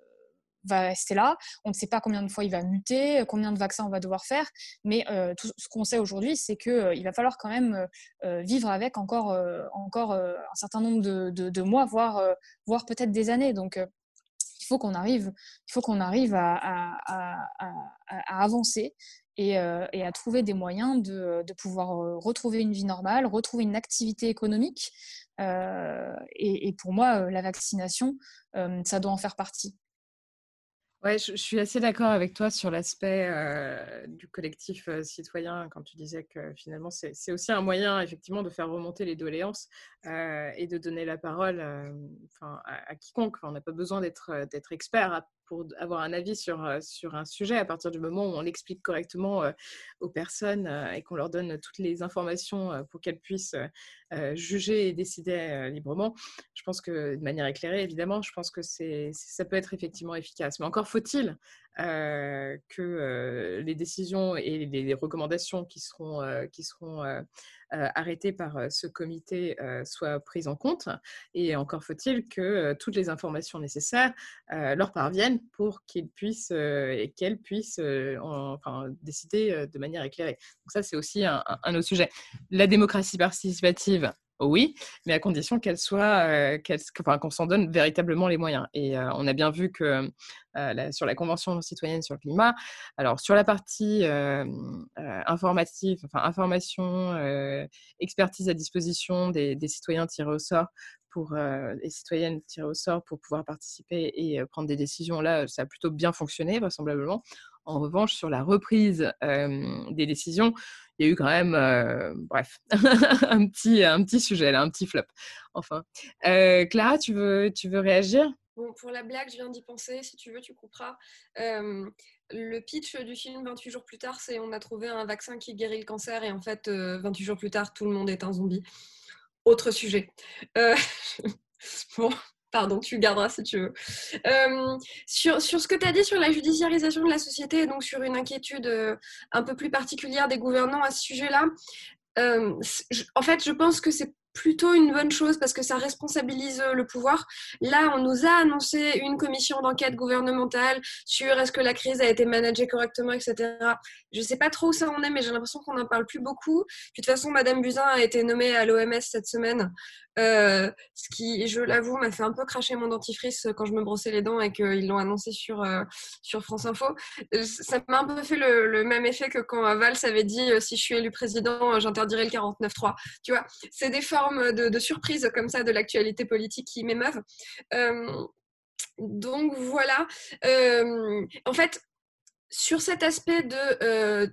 va rester là, on ne sait pas combien de fois il va muter, combien de vaccins on va devoir faire, mais euh, tout ce qu'on sait aujourd'hui, c'est qu'il euh, va falloir quand même euh, vivre avec encore, euh, encore euh, un certain nombre de, de, de mois, voire, euh, voire peut-être des années. Donc, euh, il faut qu'on arrive, il faut qu'on arrive à, à, à, à, à avancer et, euh, et à trouver des moyens de, de pouvoir retrouver une vie normale, retrouver une activité économique. Euh, et, et pour moi, la vaccination, euh, ça doit en faire partie. Ouais, je, je suis assez d'accord avec toi sur l'aspect euh, du collectif euh, citoyen, quand tu disais que finalement, c'est, c'est aussi un moyen, effectivement, de faire remonter les doléances euh, et de donner la parole euh, enfin, à, à quiconque. Enfin, on n'a pas besoin d'être, d'être expert à, pour avoir un avis sur, sur un sujet à partir du moment où on l'explique correctement euh, aux personnes euh, et qu'on leur donne toutes les informations euh, pour qu'elles puissent euh, juger et décider euh, librement. Je pense que, de manière éclairée, évidemment, je pense que c'est, ça peut être effectivement efficace. Mais encore faut-il euh, que euh, les décisions et les, les recommandations qui seront, euh, qui seront euh, euh, arrêtées par euh, ce comité euh, soient prises en compte. Et encore faut-il que euh, toutes les informations nécessaires euh, leur parviennent pour qu'ils puissent euh, et qu'elles puissent euh, en, enfin, décider euh, de manière éclairée. Donc ça, c'est aussi un, un, un autre sujet. La démocratie participative, oui, mais à condition qu'elle soit, euh, qu'elle, enfin, qu'on s'en donne véritablement les moyens. Et euh, on a bien vu que euh, la, sur la Convention citoyenne sur le climat, alors sur la partie euh, euh, informative, enfin information, euh, expertise à disposition des, des citoyens tirés au sort, pour euh, les citoyennes tirées au sort pour pouvoir participer et euh, prendre des décisions, là, ça a plutôt bien fonctionné, vraisemblablement. En revanche, sur la reprise euh, des décisions, il y a eu quand même, euh, bref, un, petit, un petit sujet, là, un petit flop. Enfin, euh, Clara, tu veux, tu veux réagir ? Bon, pour la blague, je viens d'y penser. Si tu veux, tu couperas. Euh, le pitch du film vingt-huit jours plus tard, c'est on a trouvé un vaccin qui guérit le cancer et en fait, euh, vingt-huit jours plus tard, tout le monde est un zombie. Autre sujet. Euh, bon, pardon, tu garderas si tu veux. Euh, sur, sur ce que tu as dit sur la judiciarisation de la société et donc sur une inquiétude euh, un peu plus particulière des gouvernants à ce sujet-là, euh, je, en fait, je pense que c'est plutôt une bonne chose parce que ça responsabilise le pouvoir. Là, on nous a annoncé une commission d'enquête gouvernementale sur est-ce que la crise a été managée correctement, et cetera. Je ne sais pas trop où ça en est, mais j'ai l'impression qu'on n'en parle plus beaucoup. Puis, de toute façon, Madame Buzyn a été nommée à l'O M S cette semaine, euh, ce qui, je l'avoue, m'a fait un peu cracher mon dentifrice quand je me brossais les dents et qu'ils l'ont annoncé sur, euh, sur France Info. Ça m'a un peu fait le, le même effet que quand Valls avait dit « si je suis élu président, j'interdirai le quarante-neuf trois ». Tu vois, c'est des formes de, de surprise comme ça de l'actualité politique qui m'émeuvent. Euh, donc voilà. Euh, en fait, sur cet aspect de euh,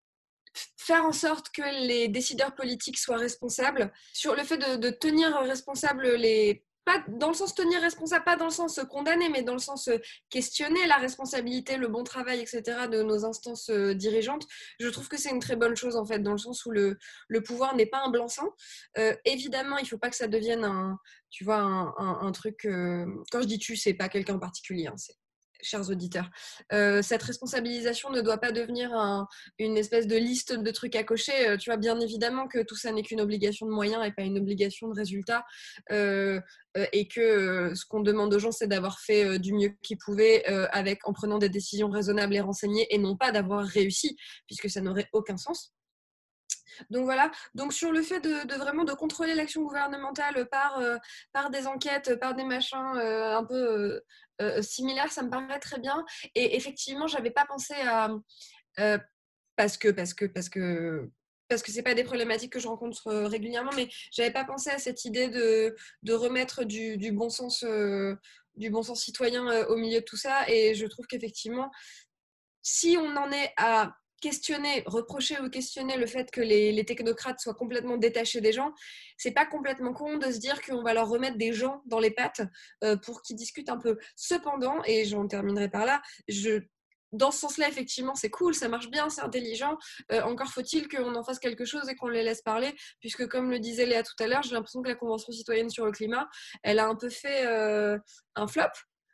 faire en sorte que les décideurs politiques soient responsables, sur le fait de, de tenir responsables les... Pas dans le sens tenir responsable, pas dans le sens condamner, mais dans le sens questionner la responsabilité, le bon travail, et cetera de nos instances dirigeantes. Je trouve que c'est une très bonne chose en fait, dans le sens où le, le pouvoir n'est pas un blanc-seing. Euh, évidemment, il ne faut pas que ça devienne un, tu vois, un, un, un truc. Euh... Quand je dis tu, c'est pas quelqu'un en particulier, hein, c'est chers auditeurs. Euh, cette responsabilisation ne doit pas devenir un, une espèce de liste de trucs à cocher. Euh, tu vois, bien évidemment que tout ça n'est qu'une obligation de moyens et pas une obligation de résultat. Euh, euh, et que euh, ce qu'on demande aux gens, c'est d'avoir fait euh, du mieux qu'ils pouvaient euh, avec, en prenant des décisions raisonnables et renseignées et non pas d'avoir réussi, puisque ça n'aurait aucun sens. Donc voilà, donc sur le fait de, de vraiment de contrôler l'action gouvernementale par, euh, par des enquêtes, par des machins euh, un peu euh, euh, similaires, ça me paraît très bien. Et effectivement, j'avais pas pensé à euh, parce que parce que parce que parce que c'est pas des problématiques que je rencontre régulièrement, mais j'avais pas pensé à cette idée de, de remettre du, du bon sens euh, du bon sens citoyen euh, au milieu de tout ça. Et je trouve qu'effectivement, si on en est à questionner, reprocher ou questionner le fait que les, les technocrates soient complètement détachés des gens, c'est pas complètement con de se dire qu'on va leur remettre des gens dans les pattes euh, pour qu'ils discutent un peu. Cependant, et j'en terminerai par là, je, dans ce sens-là, effectivement, c'est cool, ça marche bien, c'est intelligent. Euh, encore faut-il qu'on en fasse quelque chose et qu'on les laisse parler, puisque comme le disait Léa tout à l'heure, j'ai l'impression que la Convention citoyenne sur le climat, elle a un peu fait euh, un flop,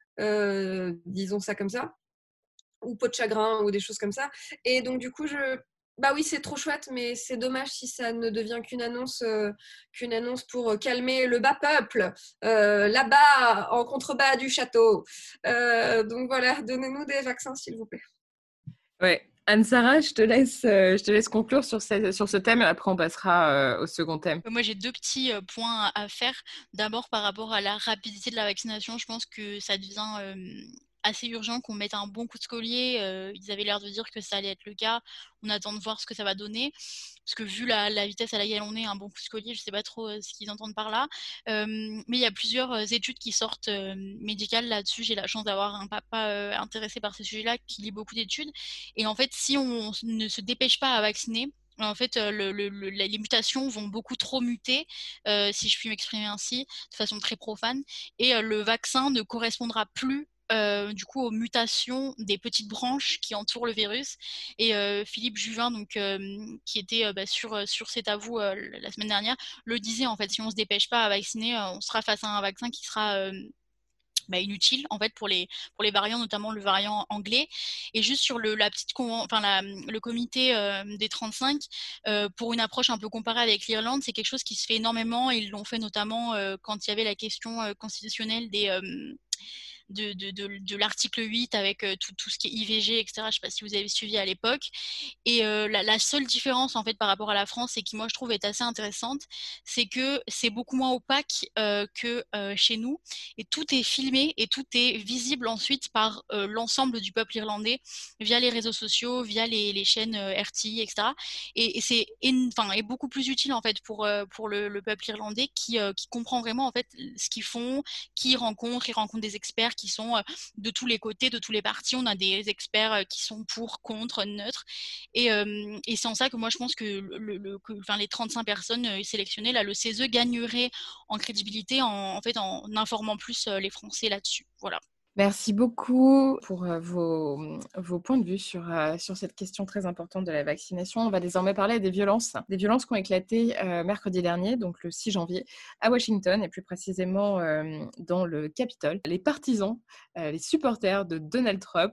euh, disons ça comme ça, ou peau de chagrin ou des choses comme ça. Et donc du coup, je... bah oui, c'est trop chouette, mais c'est dommage si ça ne devient qu'une annonce, euh, qu'une annonce pour calmer le bas peuple, euh, là-bas, en contrebas du château. Euh, donc voilà, donnez-nous des vaccins, s'il vous plaît. Ouais. Anne-Sara, je te laisse, euh, je te laisse conclure sur ce, sur ce thème et après on passera euh, au second thème. Moi, j'ai deux petits euh, points à, à faire. D'abord, par rapport à la rapidité de la vaccination, je pense que ça devient... Euh, assez urgent qu'on mette un bon coup de collier. Euh, ils avaient l'air de dire que ça allait être le cas. On attend de voir ce que ça va donner. Parce que vu la, la vitesse à laquelle on est, un bon coup de collier, je ne sais pas trop euh, ce qu'ils entendent par là. Euh, mais il y a plusieurs euh, études qui sortent euh, médicales là-dessus. J'ai la chance d'avoir un papa euh, intéressé par ces sujets-là qui lit beaucoup d'études. Et en fait, si on ne se dépêche pas à vacciner, en fait, le, le, le, les mutations vont beaucoup trop muter, euh, si je puis m'exprimer ainsi, de façon très profane, et euh, le vaccin ne correspondra plus euh, du coup aux mutations des petites branches qui entourent le virus. Et euh, Philippe Juvin, donc, euh, qui était euh, bah, sur, sur C'est à vous euh, la semaine dernière, le disait, en fait, si on ne se dépêche pas à vacciner, euh, on sera face à un vaccin qui sera... Euh, Bah, inutile en fait pour les pour les variants, notamment le variant anglais. Et juste sur le la petite enfin la, le comité euh, des trente-cinq, euh, pour une approche un peu comparée avec l'Irlande, c'est quelque chose qui se fait énormément. Ils l'ont fait notamment euh, quand il y avait la question euh, constitutionnelle des euh, de, de, de, de l'article huit avec euh, tout, tout ce qui est I V G, et cetera. Je ne sais pas si vous avez suivi à l'époque. Et euh, la, la seule différence en fait par rapport à la France, et qui moi je trouve est assez intéressante, c'est que c'est beaucoup moins opaque euh, que euh, chez nous, et tout est filmé et tout est visible ensuite par euh, l'ensemble du peuple irlandais via les réseaux sociaux, via les, les chaînes euh, R T I, et cetera. Et, et c'est enfin est beaucoup plus utile en fait pour euh, pour le, le peuple irlandais qui euh, qui comprend vraiment en fait ce qu'ils font, qui ils rencontrent, ils rencontrent des experts qui sont euh, de tous les côtés, de tous les partis. On a des experts euh, qui sont pour, contre, neutres. Et, euh, et c'est en ça que moi, je pense que, le, le, que enfin, les trente-cinq personnes euh, sélectionnées, là, le C E S E gagnerait en crédibilité en, en, fait, en informant plus euh, les Français là-dessus. Voilà. Merci beaucoup pour euh, vos, vos points de vue sur, euh, sur cette question très importante de la vaccination. On va désormais parler des violences, des violences qui ont éclaté euh, mercredi dernier, donc le six janvier, à Washington, et plus précisément euh, dans le Capitole. Les partisans, euh, les supporters de Donald Trump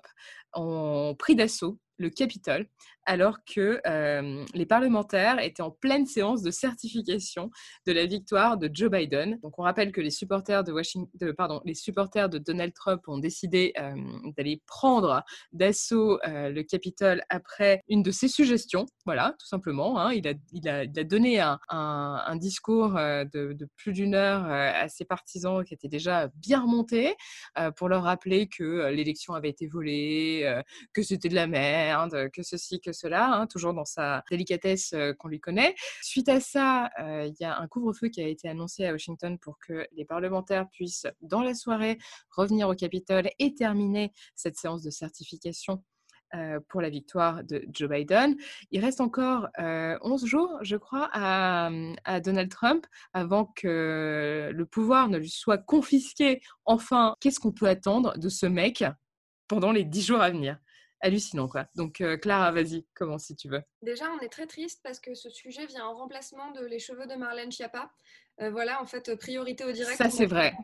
ont pris d'assaut le Capitole, alors que euh, les parlementaires étaient en pleine séance de certification de la victoire de Joe Biden. Donc on rappelle que les supporters de, Washington, de, pardon, les supporters de Donald Trump ont décidé euh, d'aller prendre d'assaut euh, le Capitole après une de ses suggestions. Voilà, tout simplement. Hein. Il, a, il, a, il a donné un, un, un discours euh, de, de plus d'une heure euh, à ses partisans qui étaient déjà bien remontés euh, pour leur rappeler que euh, l'élection avait été volée, euh, que c'était de la merde, que ceci, que cela, hein, toujours dans sa délicatesse euh, qu'on lui connaît. Suite à ça, il euh, y a un couvre-feu qui a été annoncé à Washington pour que les parlementaires puissent, dans la soirée, revenir au Capitole et terminer cette séance de certification euh, pour la victoire de Joe Biden. Il reste encore euh, onze jours, je crois, à, à Donald Trump avant que le pouvoir ne lui soit confisqué. Enfin, qu'est-ce qu'on peut attendre de ce mec pendant les dix jours à venir? Hallucinant, quoi. Donc, euh, Clara, vas-y, commence si tu veux. Déjà, on est très triste parce que ce sujet vient en remplacement de Les cheveux de Marlène Schiappa. Euh, voilà, en fait, priorité au direct. Ça, c'est vrai.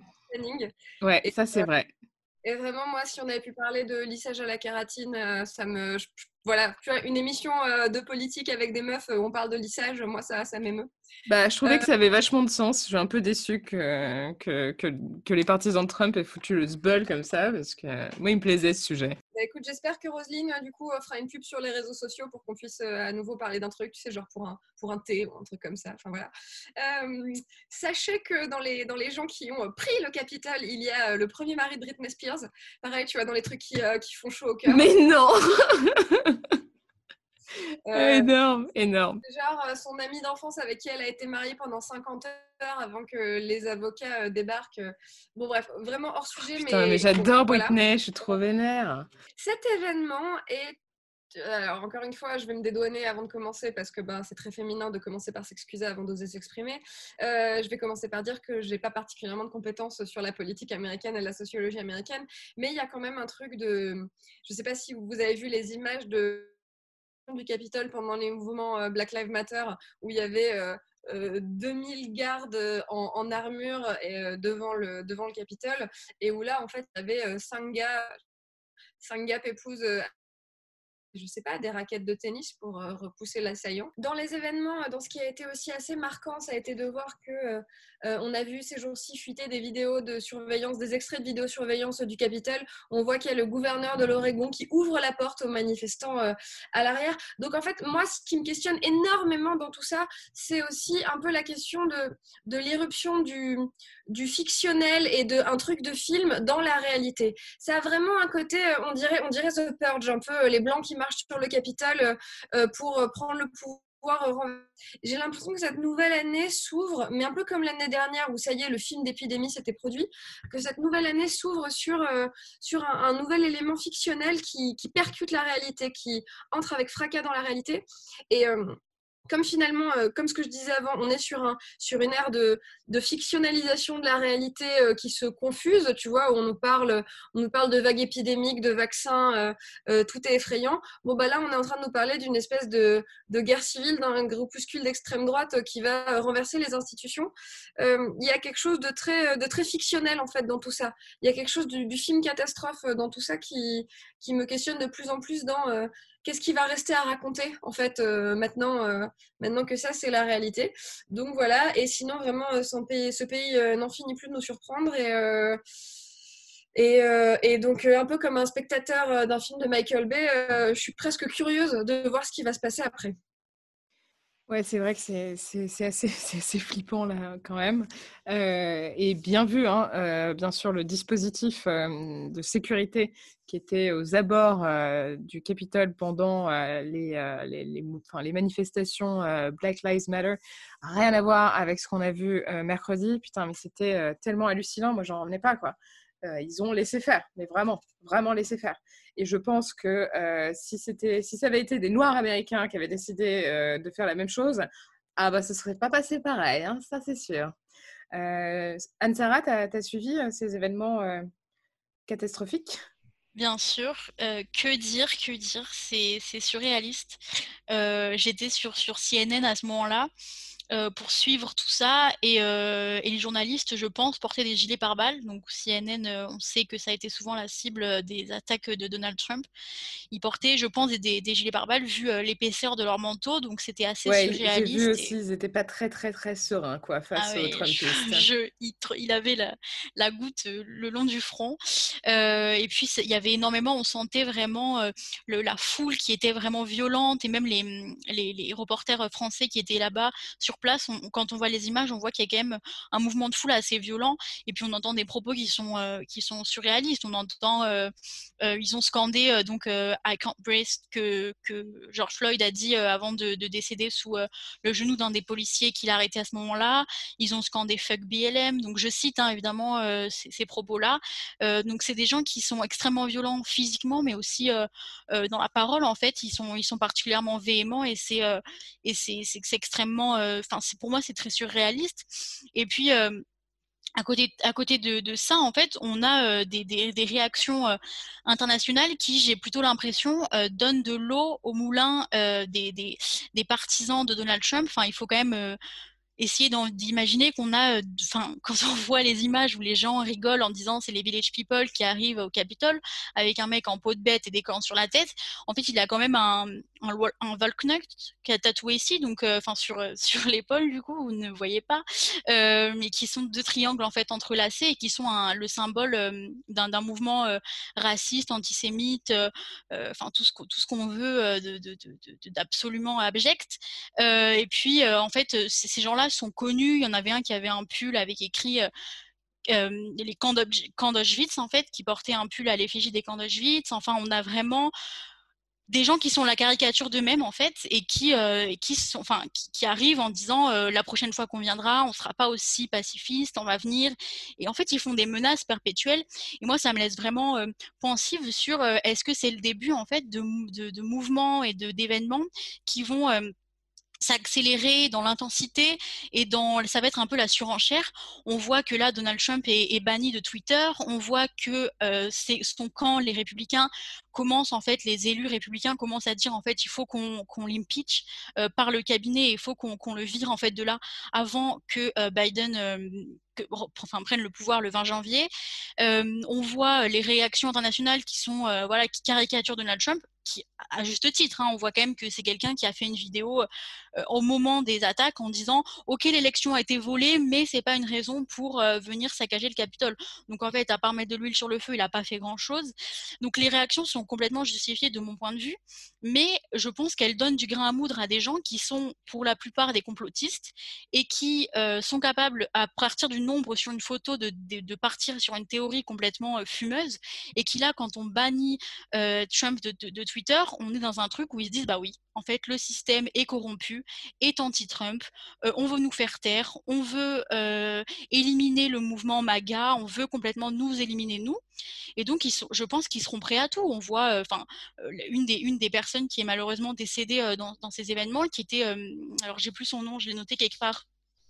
Ouais, et, ça, c'est euh, vrai. Et vraiment, moi, si on avait pu parler de lissage à la kératine, euh, ça me... Je, voilà, tu vois, une émission euh, de politique avec des meufs où on parle de lissage, moi, ça, ça m'émeut. Bah, je trouvais euh... que ça avait vachement de sens. Je suis un peu déçue que, que, que, que les partisans de Trump aient foutu le sbeul comme ça, parce que moi, il me plaisait ce sujet. Bah, écoute, j'espère que Roselyne, du coup, fera une pub sur les réseaux sociaux pour qu'on puisse euh, à nouveau parler d'un truc, tu sais, genre pour un, pour un thé ou un truc comme ça. Enfin, voilà. Euh, sachez que dans les, dans les gens qui ont pris le Capitole, il y a euh, le premier mari de Britney Spears. Pareil, tu vois, dans les trucs qui, euh, qui font chaud au cœur. Mais non Euh, énorme, énorme. Genre euh, son amie d'enfance avec qui elle a été mariée pendant cinquante heures avant que les avocats euh, débarquent. Bon bref, vraiment hors sujet. Oh, putain, mais, mais j'adore bon, Britney, voilà. Je suis trop vénère. Cet événement est... Alors encore une fois, je vais me dédouaner avant de commencer parce que ben, c'est très féminin de commencer par s'excuser avant d'oser s'exprimer. Euh, je vais commencer par dire que je n'ai pas particulièrement de compétences sur la politique américaine et la sociologie américaine, mais il y a quand même un truc de... Je ne sais pas si vous avez vu les images de... du Capitole pendant les mouvements Black Lives Matter où il y avait euh, euh, deux mille gardes en, en armure et, euh, devant, le, devant le Capitole et où là en fait il y avait euh, cinq gars cinq gars pépouses euh, je sais pas, des raquettes de tennis pour euh, repousser l'assaillant. Dans les événements, dans ce qui a été aussi assez marquant, ça a été de voir que euh, euh, on a vu ces jours-ci fuiter des vidéos de surveillance, des extraits de vidéosurveillance du Capitole. On voit qu'il y a le gouverneur de l'Oregon qui ouvre la porte aux manifestants euh, à l'arrière. Donc en fait, moi, ce qui me questionne énormément dans tout ça, c'est aussi un peu la question de, de l'irruption du, du fictionnel et d'un truc de film dans la réalité. Ça a vraiment un côté, on dirait, on dirait The Purge, un peu les blancs qui marchent sur le Capitole euh, pour prendre le pouvoir. J'ai l'impression que cette nouvelle année s'ouvre, mais un peu comme l'année dernière où ça y est, le film d'épidémie s'était produit, que cette nouvelle année s'ouvre sur, euh, sur un, un nouvel élément fictionnel qui, qui percute la réalité, qui entre avec fracas dans la réalité. Et euh, comme finalement, euh, comme ce que je disais avant, on est sur, un, sur une ère de, de fictionnalisation de la réalité euh, qui se confuse, tu vois, où on nous parle, on nous parle de vagues épidémiques, de vaccins, euh, euh, tout est effrayant. Bon, bah là, on est en train de nous parler d'une espèce de, de guerre civile, d'un groupuscule d'extrême droite euh, qui va renverser les institutions. Euh, il y a quelque chose de très, de très fictionnel, en fait, dans tout ça. Il y a quelque chose du, du film catastrophe dans tout ça qui, qui me questionne de plus en plus dans... Euh, qu'est-ce qui va rester à raconter, en fait, euh, maintenant, euh, maintenant que ça, c'est la réalité. Donc voilà, et sinon, vraiment, euh, ce pays, ce pays euh, n'en finit plus de nous surprendre. Et, euh, et, euh, et donc, euh, un peu comme un spectateur euh, d'un film de Michael Bay, euh, je suis presque curieuse de voir ce qui va se passer après. Ouais, c'est vrai que c'est, c'est, c'est, assez, c'est assez flippant là quand même. Euh, et bien vu, hein, euh, bien sûr, le dispositif euh, de sécurité qui était aux abords euh, du Capitole pendant euh, les, euh, les, les, enfin, les manifestations euh, Black Lives Matter, rien à voir avec ce qu'on a vu euh, mercredi. Putain, mais c'était euh, tellement hallucinant, moi j'en revenais pas, quoi. Euh, ils ont laissé faire, mais vraiment, vraiment laissé faire. Et je pense que euh, si, c'était, si ça avait été des Noirs américains qui avaient décidé euh, de faire la même chose, ah bah, ce ne serait pas passé pareil, hein, ça c'est sûr. Euh, Anne-Sara, tu as suivi euh, ces événements euh, catastrophiques ? Bien sûr, euh, que dire, que dire, c'est, c'est surréaliste. Euh, j'étais sur, sur C N N à ce moment-là. Euh, pour suivre tout ça et, euh, et les journalistes, je pense, portaient des gilets pare-balles. Donc C N N, euh, on sait que ça a été souvent la cible des attaques de Donald Trump. Ils portaient, je pense, des, des gilets pare-balles vu euh, l'épaisseur de leur manteau, donc c'était assez ouais, surréaliste. J'ai vu aussi, et... ils n'étaient pas très très très sereins quoi, face ah, aux Trumpistes. Je, je, il, il avait la, la goutte le long du front. Euh, et puis il y avait énormément, on sentait vraiment euh, le, la foule qui était vraiment violente et même les, les, les reporters français qui étaient là-bas sur place, on, quand on voit les images, on voit qu'il y a quand même un mouvement de foule assez violent et puis on entend des propos qui sont, euh, qui sont surréalistes. On entend, euh, euh, ils ont scandé euh, donc euh, I can't breathe que, que George Floyd a dit euh, avant de, de décéder sous euh, le genou d'un des policiers qu'il a arrêté à ce moment-là. Ils ont scandé fuck B L M, donc je cite hein, évidemment euh, ces, ces propos-là. Euh, donc c'est des gens qui sont extrêmement violents physiquement, mais aussi euh, euh, dans la parole en fait, ils sont, ils sont particulièrement véhéments et c'est, euh, et c'est, c'est, c'est extrêmement, enfin euh, pour moi c'est très surréaliste. Et puis euh, À côté, à côté de, de ça, en fait, on a euh, des, des, des réactions euh, internationales qui, j'ai plutôt l'impression, euh, donnent de l'eau au moulin euh, des, des, des partisans de Donald Trump. Enfin, il faut quand même euh, essayer d'imaginer qu'on a, enfin, euh, quand on voit les images où les gens rigolent en disant c'est les Village People qui arrivent au Capitole avec un mec en peau de bête et des cornes sur la tête. En fait, il a quand même un, un, un Volknut qui a tatoué ici, donc enfin euh, sur sur l'épaule du coup, vous ne voyez pas, euh, mais qui sont deux triangles en fait entrelacés et qui sont un, le symbole euh, d'un, d'un mouvement euh, raciste, antisémite, enfin euh, tout ce tout ce qu'on veut euh, de, de, de, de, d'absolument abject. Euh, et puis euh, en fait, ces gens-là sont connus. Il y en avait un qui avait un pull avec écrit euh, euh, les camps d'Auschwitz en fait, qui portait un pull à l'effigie des camps d'Auschwitz. Enfin, on a vraiment des gens qui sont la caricature d'eux-mêmes en fait et qui, euh, qui, sont, enfin, qui, qui arrivent en disant euh, la prochaine fois qu'on viendra, on ne sera pas aussi pacifiste, on va venir. Et en fait, ils font des menaces perpétuelles. Et moi, ça me laisse vraiment euh, pensive sur euh, est-ce que c'est le début en fait de, de, de mouvements et de, d'événements qui vont euh, s'accélérer dans l'intensité et dans, ça va être un peu la surenchère. On voit que là, Donald Trump est, est banni de Twitter. On voit que euh, c'est, son camp, les républicains, commencent en fait, les élus républicains commencent à dire en fait, il faut qu'on, qu'on l'impeach euh, par le cabinet, il faut qu'on, qu'on le vire en fait de là avant que euh, Biden euh, que, enfin, prenne le pouvoir le vingt janvier. Euh, on voit les réactions internationales qui sont euh, voilà, qui caricaturent Donald Trump, qui, à juste titre, hein, on voit quand même que c'est quelqu'un qui a fait une vidéo euh, au moment des attaques en disant « Ok, l'élection a été volée, mais c'est pas une raison pour euh, venir saccager le Capitole. » Donc en fait, à part mettre de l'huile sur le feu, il a pas fait grand-chose. Donc les réactions sont complètement justifiées de mon point de vue, mais je pense qu'elles donnent du grain à moudre à des gens qui sont pour la plupart des complotistes et qui euh, sont capables, à partir du nombre sur une photo, de, de, de partir sur une théorie complètement euh, fumeuse, et qui là, quand on bannit euh, Trump de, de, de Twitter, on est dans un truc où ils se disent bah oui, en fait le système est corrompu, est anti-Trump, euh, on veut nous faire taire, on veut euh, éliminer le mouvement MAGA, on veut complètement nous éliminer nous, et donc ils sont, je pense qu'ils seront prêts à tout. On voit enfin euh, une des une des personnes qui est malheureusement décédée euh, dans, dans ces événements, qui était euh, alors j'ai plus son nom, je l'ai noté quelque part.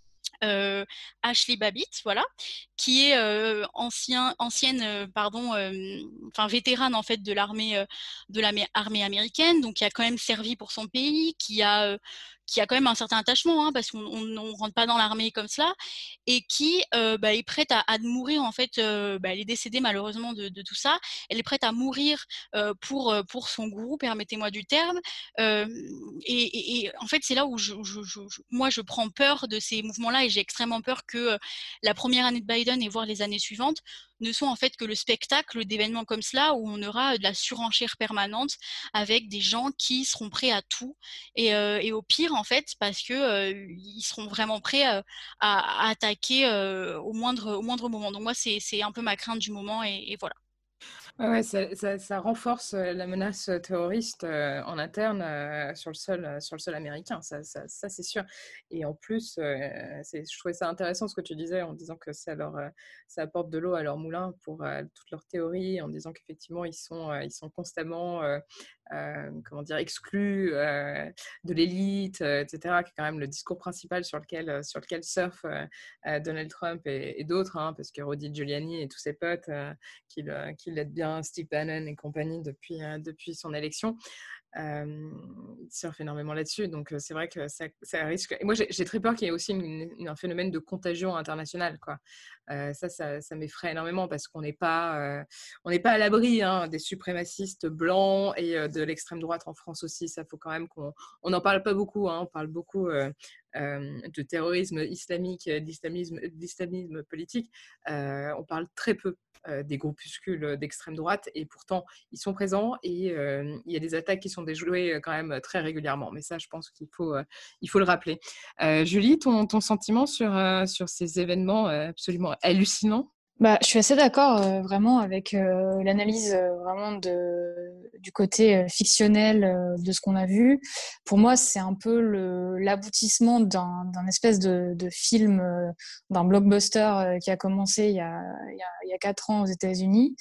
Euh, Ashley Babbitt, voilà, qui est euh, ancien, ancienne, euh, pardon, euh, enfin vétérane en fait de l'armée, euh, de l'armée américaine, donc qui a quand même servi pour son pays, qui a, euh, qui a quand même un certain attachement, hein, parce qu'on ne rentre pas dans l'armée comme cela, et qui euh, bah, est prête à, à mourir en fait. Euh, bah, elle est décédée malheureusement de, de tout ça. Elle est prête à mourir euh, pour pour son gourou, permettez-moi du terme. Euh, et, et, et en fait, c'est là où je, je, je, moi je prends peur de ces mouvements-là, et j'ai extrêmement peur que euh, la première année de Biden et voire les années suivantes ne soient en fait que le spectacle d'événements comme cela, où on aura de la surenchère permanente avec des gens qui seront prêts à tout, et, euh, et au pire en fait, parce que euh, ils seront vraiment prêts à, à, à attaquer euh, au moindre au moindre moment. Donc moi c'est c'est un peu ma crainte du moment, et, et voilà. Ouais, ouais, ça, ça, ça renforce euh, la menace terroriste euh, en interne euh, sur le sol, euh, sur le sol américain, ça, ça, ça c'est sûr. Et en plus, euh, c'est, je trouvais ça intéressant ce que tu disais en disant que ça, leur, euh, ça apporte de l'eau à leur moulin pour euh, toutes leurs théories, en disant qu'effectivement ils sont, euh, ils sont constamment euh, euh, comment dire, exclus euh, de l'élite, euh, et cetera, qui est quand même le discours principal sur lequel, sur lequel surfe euh, Donald Trump et, et d'autres, hein, parce que Rudy Giuliani et tous ses potes euh, qui, le, qui l'aident bien, Steve Bannon et compagnie depuis, euh, depuis son élection. Euh, il surfe énormément là-dessus, donc euh, c'est vrai que ça, ça risque. Et moi, j'ai, j'ai très peur qu'il y ait aussi une, une, un phénomène de contagion internationale, quoi. Euh, ça, ça, ça m'effraie énormément parce qu'on n'est pas, euh, on n'est pas à l'abri hein, des suprémacistes blancs et euh, de l'extrême droite en France aussi. Ça, faut quand même qu'on, on n'en parle pas beaucoup. Hein, on parle beaucoup euh, euh, de terrorisme islamique, d'islamisme, d'islamisme politique. Euh, on parle très peu euh, des groupuscules d'extrême droite, et pourtant ils sont présents, et euh, il y a des attaques qui sont déjouées quand même très régulièrement. Mais ça, je pense qu'il faut, euh, il faut le rappeler. Euh, Julie, ton, ton sentiment sur, euh, sur ces événements euh, absolument hallucinants? Bah, je suis assez d'accord euh, vraiment avec euh, l'analyse euh, vraiment de, du côté euh, fictionnel euh, de ce qu'on a vu. Pour moi, c'est un peu le, l'aboutissement d'un, d'un espèce de, de film, euh, d'un blockbuster euh, qui a commencé il y a, il y a, il y a quatre ans aux États-Unis.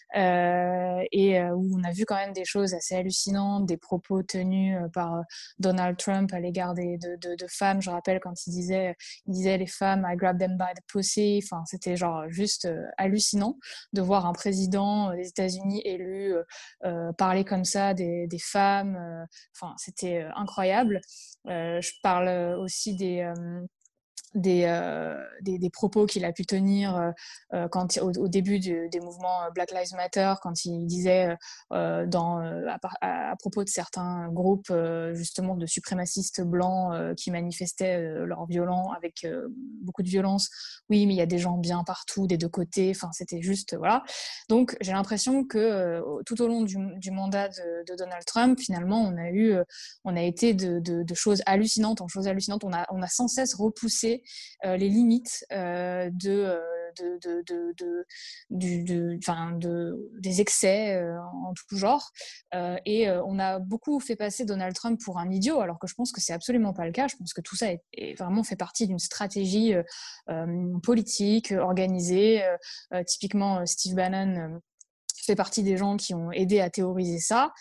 Euh, et euh, où on a vu quand même des choses assez hallucinantes, des propos tenus euh, par euh, Donald Trump à l'égard des, de, de, de femmes. Je rappelle quand il disait, il disait les femmes, I grab them by the pussy. Enfin, c'était genre juste euh, hallucinant de voir un président des États-Unis élu euh, euh, parler comme ça des, des femmes. Euh, enfin, c'était euh, incroyable. Euh, je parle aussi des euh, Des, euh, des, des propos qu'il a pu tenir euh, quand, au, au début du, des mouvements Black Lives Matter, quand il disait euh, dans, à, à, à propos de certains groupes euh, justement de suprémacistes blancs euh, qui manifestaient euh, leur violence avec euh, beaucoup de violence. Oui, mais il y a des gens bien partout, des deux côtés. Enfin, c'était juste voilà. Donc, j'ai l'impression que euh, tout au long du, du mandat de, de Donald Trump, finalement, on a eu, euh, on a été de, de, de choses hallucinantes en choses hallucinantes. On a, on a sans cesse repoussé Euh, les limites euh, de, euh, de, de, de, de, du, de, enfin, de, des excès euh, en tout genre. Euh, et euh, on a beaucoup fait passer Donald Trump pour un idiot, alors que je pense que c'est absolument pas le cas. Je pense que tout ça est, est vraiment fait partie d'une stratégie euh, euh, politique, organisée. Euh, euh, typiquement, Steve Bannon euh, fait partie des gens qui ont aidé à théoriser ça.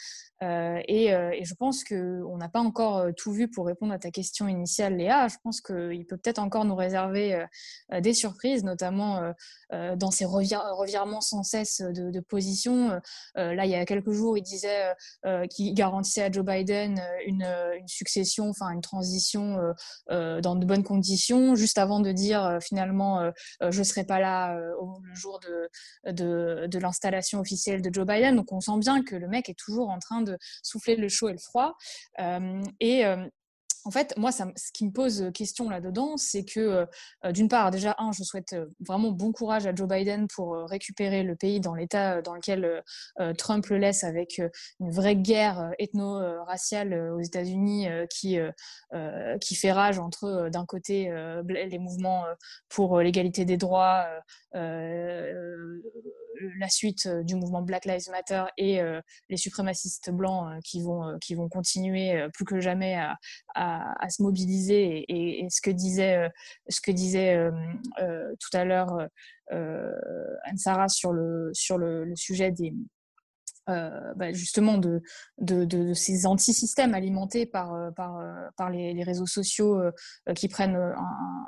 Euh, et, euh, et je pense qu'on n'a pas encore tout vu pour répondre à ta question initiale, Léa. Je pense qu'il peut peut-être encore nous réserver euh, des surprises, notamment euh, euh, dans ces revir- revirements sans cesse de, de position. Euh, là, il y a quelques jours, il disait euh, qu'il garantissait à Joe Biden une, une succession, enfin une transition euh, euh, dans de bonnes conditions, juste avant de dire euh, finalement euh, je ne serai pas là euh, au, le jour de, de, de l'installation officielle de Joe Biden. Donc on sent bien que le mec est toujours en train de souffler le chaud et le froid. Euh, et euh, en fait, moi, ça, ce qui me pose question là-dedans, c'est que, euh, d'une part, déjà, un, je souhaite vraiment bon courage à Joe Biden pour euh, récupérer le pays dans l'état dans lequel euh, Trump le laisse, avec euh, une vraie guerre ethno-raciale euh, aux États-Unis euh, qui, euh, qui fait rage entre, euh, d'un côté, euh, les mouvements euh, pour l'égalité des droits, euh, euh, la suite du mouvement Black Lives Matter et euh, les suprémacistes blancs euh, qui, vont, euh, qui vont continuer euh, plus que jamais à, à, à se mobiliser. Et, et, et ce que disait, euh, ce que disait euh, euh, tout à l'heure euh, Anne-Sara sur, le, sur le, le sujet des... Euh, bah justement de, de, de, de ces anti-systèmes alimentés par, par, par les, les réseaux sociaux euh, qui prennent un, un,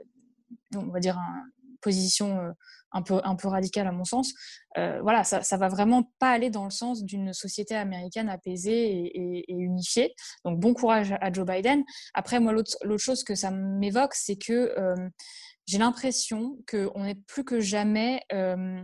un, on va dire un, une position euh, un peu, un peu radicale à mon sens. Euh, voilà, ça, ça va vraiment pas aller dans le sens d'une société américaine apaisée et, et, et unifiée. Donc bon courage à Joe Biden. Après, moi, l'autre, l'autre chose que ça m'évoque, c'est que euh, j'ai l'impression qu'on est plus que jamais euh,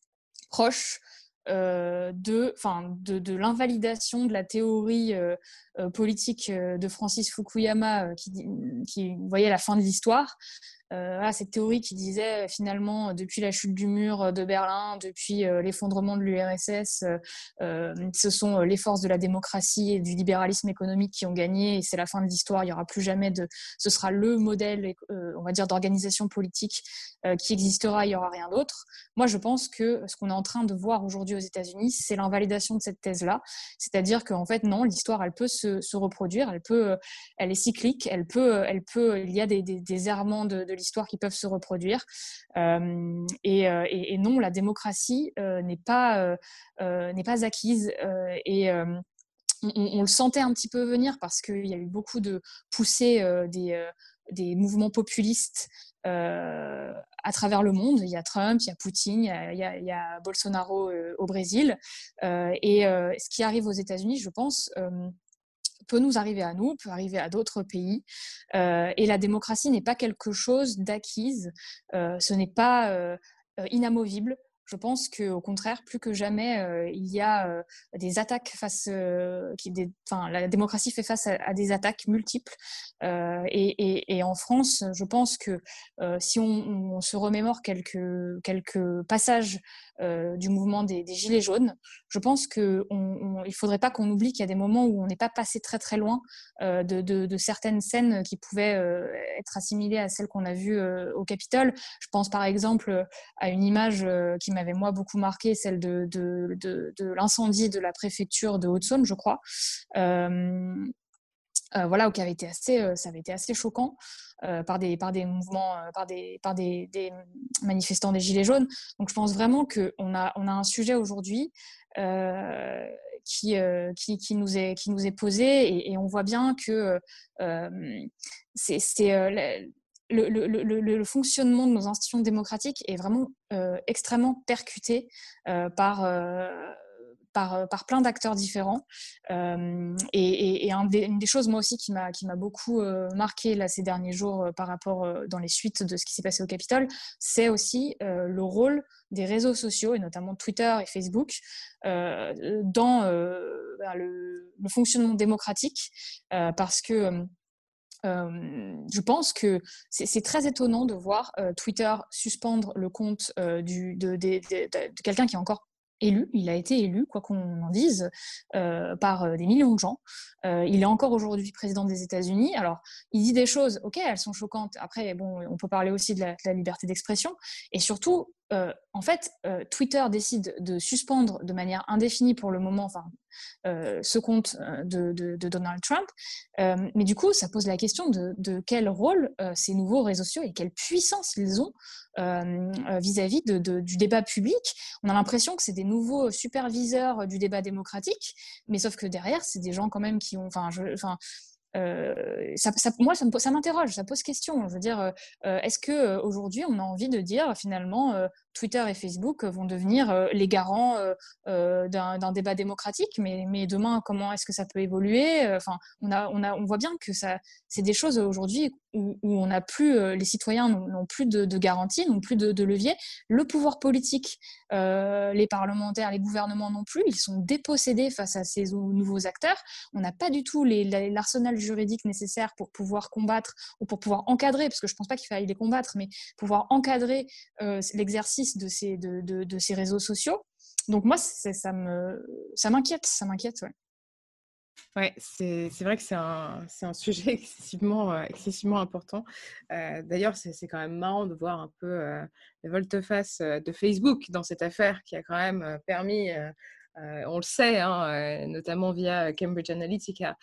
proche Euh, de, de, de l'invalidation de la théorie euh, euh, politique de Francis Fukuyama euh, qui, qui voyait la fin de l'histoire. Euh, voilà, cette théorie qui disait finalement depuis la chute du mur de Berlin, depuis euh, l'effondrement de l'U R S S, euh, ce sont les forces de la démocratie et du libéralisme économique qui ont gagné et c'est la fin de l'histoire. Il y aura plus jamais de, ce sera le modèle, euh, on va dire, d'organisation politique euh, qui existera. Il y aura rien d'autre. Moi, je pense que ce qu'on est en train de voir aujourd'hui aux États-Unis, c'est l'invalidation de cette thèse-là. C'est-à-dire qu'en fait, non, l'histoire, elle peut se, se reproduire, elle peut, elle est cyclique, elle peut, elle peut, il y a des, des, des errements de, de l'histoire qui peuvent se reproduire. Euh, et, et, et non, la démocratie euh, n'est pas, euh, n'est pas acquise. Euh, et euh, on, on le sentait un petit peu venir parce qu'il y a eu beaucoup de poussées euh, des, euh, des mouvements populistes euh, à travers le monde. Il y a Trump, il y a Poutine, il y a, il y a, il y a Bolsonaro euh, au Brésil. Euh, et euh, ce qui arrive aux États-Unis, je pense, euh, peut nous arriver à nous, peut arriver à d'autres pays. Euh, et la démocratie n'est pas quelque chose d'acquise, euh, ce n'est pas euh, inamovible. Je pense qu'au contraire, plus que jamais, euh, il y a euh, des attaques face... Euh, qui, des, enfin, la démocratie fait face à, à des attaques multiples. Euh, et, et, et en France, je pense que euh, si on, on se remémore quelques, quelques passages euh, du mouvement des, des Gilets jaunes, je pense qu'il ne faudrait pas qu'on oublie qu'il y a des moments où on n'est pas passé très très loin euh, de, de, de certaines scènes qui pouvaient euh, être assimilées à celles qu'on a vues euh, au Capitole. Je pense par exemple à une image euh, qui m'avait moi beaucoup marqué, celle de, de, de, de l'incendie de la préfecture de Haute-Saône, je crois. Euh, euh, voilà, qui avait été assez, euh, ça avait été assez choquant euh, par des par des mouvements, euh, par des par des, des manifestants des Gilets jaunes. Donc je pense vraiment que on a on a un sujet aujourd'hui euh, qui euh, qui qui nous est qui nous est posé et, et on voit bien que euh, c'est c'est euh, Le, le, le, le fonctionnement de nos institutions démocratiques est vraiment euh, extrêmement percuté euh, par, euh, par, par plein d'acteurs différents. Euh, et et, et un des, une des choses, moi aussi, qui m'a, qui m'a beaucoup euh, marqué là, ces derniers jours euh, par rapport euh, dans les suites de ce qui s'est passé au Capitole, c'est aussi euh, le rôle des réseaux sociaux, et notamment Twitter et Facebook, euh, dans euh, ben, le, le fonctionnement démocratique, euh, parce que euh, Euh, je pense que c'est, c'est très étonnant de voir euh, Twitter suspendre le compte euh, du, de, de, de, de, de quelqu'un qui est encore élu. Il a été élu, quoi qu'on en dise, euh, par euh, des millions de gens. Euh, il est encore aujourd'hui président des États-Unis. Alors, il dit des choses, ok, elles sont choquantes. Après, bon, on peut parler aussi de la, de la liberté d'expression. Et surtout, euh, en fait, euh, Twitter décide de suspendre de manière indéfinie pour le moment, enfin, euh, ce compte de, de, de Donald Trump. Euh, mais du coup, ça pose la question de, de quel rôle euh, ces nouveaux réseaux sociaux et quelle puissance ils ont euh, vis-à-vis de, de, du débat public. On a l'impression que c'est des nouveaux superviseurs du débat démocratique, mais sauf que derrière, c'est des gens quand même qui ont... Enfin, je, enfin, Euh, ça, ça, moi, ça, me, ça m'interroge, ça pose question. Je veux dire, euh, est-ce qu'aujourd'hui, on a envie de dire, finalement, euh, Twitter et Facebook vont devenir euh, les garants euh, euh, d'un, d'un débat démocratique, mais, mais demain, comment est-ce que ça peut évoluer? Enfin, on, a, on, a, on voit bien que ça, c'est des choses aujourd'hui où, où on n'a plus, euh, les citoyens n'ont, n'ont plus de, de garantie, n'ont plus de, de levier. Le pouvoir politique, euh, les parlementaires, les gouvernements non plus, ils sont dépossédés face à ces nouveaux acteurs. On n'a pas du tout les, l'arsenal juridique nécessaire pour pouvoir combattre ou pour pouvoir encadrer, parce que je ne pense pas qu'il faille les combattre, mais pouvoir encadrer euh, l'exercice de ces, de, de, de ces réseaux sociaux. Donc moi, c'est, ça, me, ça m'inquiète, ça m'inquiète, ouais. Ouais, c'est, c'est vrai que c'est un, c'est un sujet excessivement, euh, excessivement important. Euh, d'ailleurs, c'est, c'est quand même marrant de voir un peu euh, les volte-face de Facebook dans cette affaire qui a quand même euh, permis... Euh, Euh, on le sait, hein, euh, notamment via Cambridge Analytica,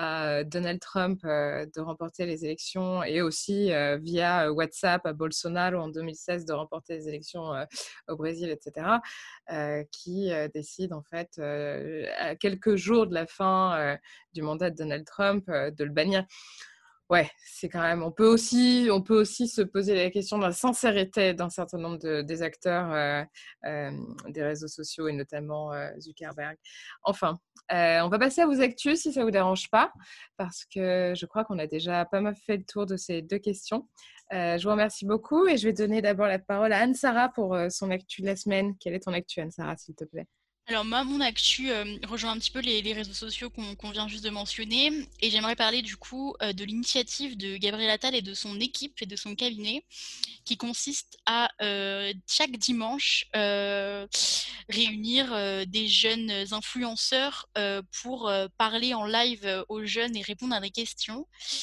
à Donald Trump euh, de remporter les élections et aussi euh, via WhatsApp à Bolsonaro en deux mille seize de remporter les élections euh, au Brésil, et cetera, euh, qui euh, décide en fait, euh, à quelques jours de la fin euh, du mandat de Donald Trump, euh, de le bannir. Ouais, c'est quand même. On peut aussi, on peut aussi se poser la question de la sincérité d'un certain nombre de, des acteurs euh, euh, des réseaux sociaux et notamment euh, Zuckerberg. Enfin, euh, on va passer à vos actus si ça vous dérange pas, parce que je crois qu'on a déjà pas mal fait le tour de ces deux questions. Euh, je vous remercie beaucoup et je vais donner d'abord la parole à Anne-Sara pour euh, son actu de la semaine. Quelle est ton actu, Anne-Sara, s'il te plaît? Alors moi, mon actu euh, rejoint un petit peu les, les réseaux sociaux qu'on, qu'on vient juste de mentionner, et j'aimerais parler du coup euh, de l'initiative de Gabriel Attal et de son équipe et de son cabinet, qui consiste à euh, chaque dimanche euh, réunir euh, des jeunes influenceurs euh, pour euh, parler en live aux jeunes et répondre à des questions.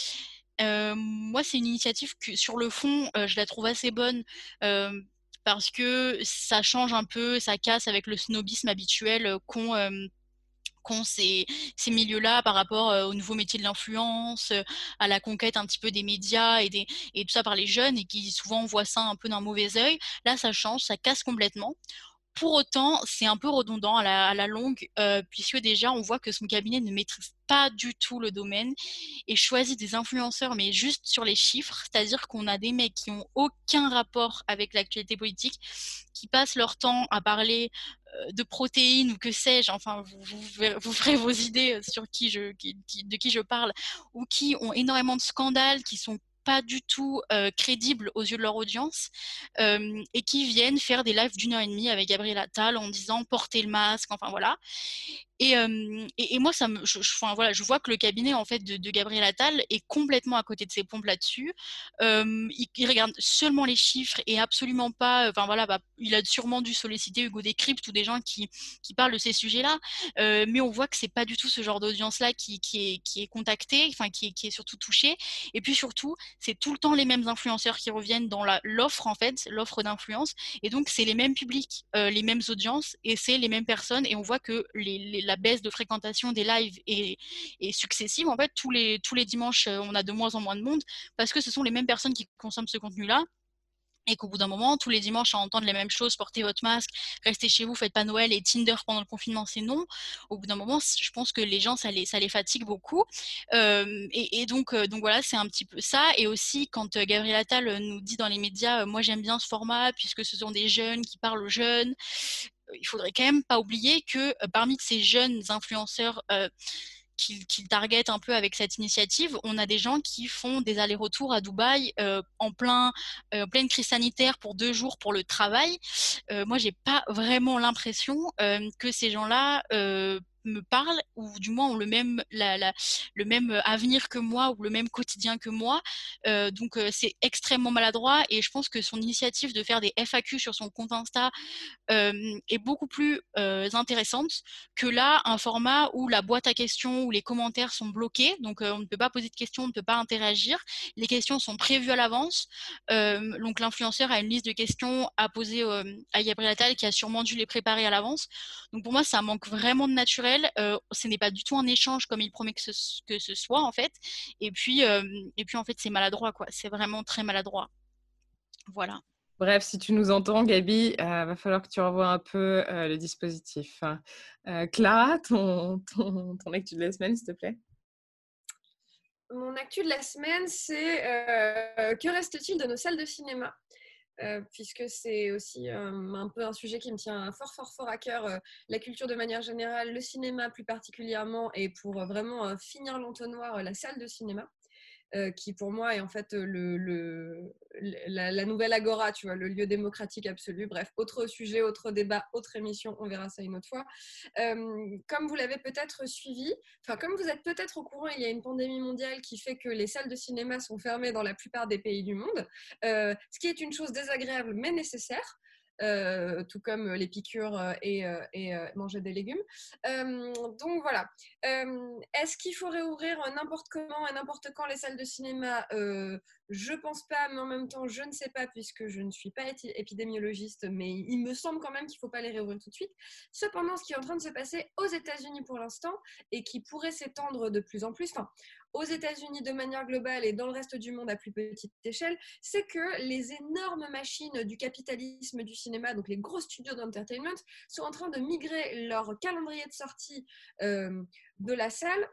Euh, moi, c'est une initiative que, sur le fond, euh, je la trouve assez bonne. Euh, parce que ça change un peu, ça casse avec le snobisme habituel qu'ont, euh, qu'ont ces, ces milieux-là par rapport euh, au nouveau métier de l'influence, euh, à la conquête un petit peu des médias et, des, et tout ça par les jeunes, et qui souvent voient ça un peu d'un mauvais œil. Là, ça change, ça casse complètement. Pour autant, c'est un peu redondant à la, à la longue, euh, puisque déjà, on voit que son cabinet ne maîtrise pas du tout le domaine et choisit des influenceurs, mais juste sur les chiffres, c'est-à-dire qu'on a des mecs qui n'ont aucun rapport avec l'actualité politique, qui passent leur temps à parler euh, de protéines ou que sais-je, enfin, vous, vous, vous ferez vos idées sur qui je, qui, qui, de qui je parle, ou qui ont énormément de scandales, qui sont pas du tout euh, crédibles aux yeux de leur audience, euh, et qui viennent faire des lives d'une heure et demie avec Gabriel Attal en disant portez le masque, enfin voilà. Et, euh, et, et moi, ça me, je, je, enfin, voilà, je vois que le cabinet en fait de, de Gabriel Attal est complètement à côté de ses pompes là-dessus. Euh, il, il regarde seulement les chiffres et absolument pas. Enfin voilà, bah, il a sûrement dû solliciter Hugo Décrypte ou des gens qui qui parlent de ces sujets-là, euh, mais on voit que c'est pas du tout ce genre d'audience-là qui qui est qui est contactée, enfin qui est qui est surtout touchée. Et puis surtout, c'est tout le temps les mêmes influenceurs qui reviennent dans la l'offre en fait, l'offre d'influence. Et donc c'est les mêmes publics, euh, les mêmes audiences, et c'est les mêmes personnes. Et on voit que les, les la baisse de fréquentation des lives est, est successive. En fait, tous les, tous les dimanches, on a de moins en moins de monde parce que ce sont les mêmes personnes qui consomment ce contenu-là. Et qu'au bout d'un moment, tous les dimanches, à entendre les mêmes choses, portez votre masque, restez chez vous, faites pas Noël, et Tinder pendant le confinement, c'est non. Au bout d'un moment, je pense que les gens, ça les, ça les fatigue beaucoup. Euh, et, et donc, euh, donc voilà, c'est un petit peu ça. Et aussi, quand euh, Gabriel Attal nous dit dans les médias, euh, moi j'aime bien ce format, puisque ce sont des jeunes qui parlent aux jeunes, il faudrait quand même pas oublier que euh, parmi ces jeunes influenceurs euh, qu'il qu'il target un peu avec cette initiative, on a des gens qui font des allers-retours à Dubaï euh, en plein, euh, pleine crise sanitaire pour deux jours pour le travail. Euh, moi, j'ai pas vraiment l'impression euh, que ces gens-là euh, me parlent, ou du moins ont le même, la, la, le même avenir que moi, ou le même quotidien que moi. Euh, donc, euh, c'est extrêmement maladroit, et je pense que son initiative de faire des F A Q sur son compte Insta euh, est beaucoup plus euh, intéressante que là, un format où la boîte à questions, où les commentaires sont bloqués, donc euh, on ne peut pas poser de questions, on ne peut pas interagir, les questions sont prévues à l'avance, euh, donc l'influenceur a une liste de questions à poser euh, à Gabriel Attal qui a sûrement dû les préparer à l'avance. Donc pour moi, ça manque vraiment de naturel, euh, ce n'est pas du tout un échange comme il promet que ce, que ce soit en fait, et puis, euh, et puis en fait c'est maladroit, quoi. C'est vraiment très maladroit. Voilà. Bref, si tu nous entends, Gabi, il euh, va falloir que tu revoies un peu euh, le dispositif. Euh, Clara, ton, ton, ton actu de la semaine, s'il te plaît. Mon actu de la semaine, c'est euh, que reste-t-il de nos salles de cinéma euh, puisque c'est aussi euh, un peu un sujet qui me tient fort, fort, fort à cœur, euh, la culture de manière générale, le cinéma plus particulièrement, et pour euh, vraiment euh, finir l'entonnoir, euh, la salle de cinéma. Euh, qui pour moi est en fait le, le, la, la nouvelle agora, tu vois, le lieu démocratique absolu. Bref, autre sujet, autre débat, autre émission, on verra ça une autre fois. Euh, comme vous l'avez peut-être suivi, enfin comme vous êtes peut-être au courant, il y a une pandémie mondiale qui fait que les salles de cinéma sont fermées dans la plupart des pays du monde, euh, ce qui est une chose désagréable mais nécessaire. Euh, tout comme les piqûres et, euh, et euh, manger des légumes. Euh, donc voilà. Euh, est-ce qu'il faut réouvrir n'importe comment et n'importe quand les salles de cinéma ? euh, Je pense pas, mais en même temps, je ne sais pas puisque je ne suis pas épidémiologiste, mais il me semble quand même qu'il ne faut pas les réouvrir tout de suite. Cependant, ce qui est en train de se passer aux États-Unis pour l'instant et qui pourrait s'étendre de plus en plus, enfin, aux États-Unis de manière globale et dans le reste du monde à plus petite échelle, c'est que les énormes machines du capitalisme du cinéma, donc les gros studios d'entertainment, sont en train de migrer leur calendrier de sortie euh, de la salle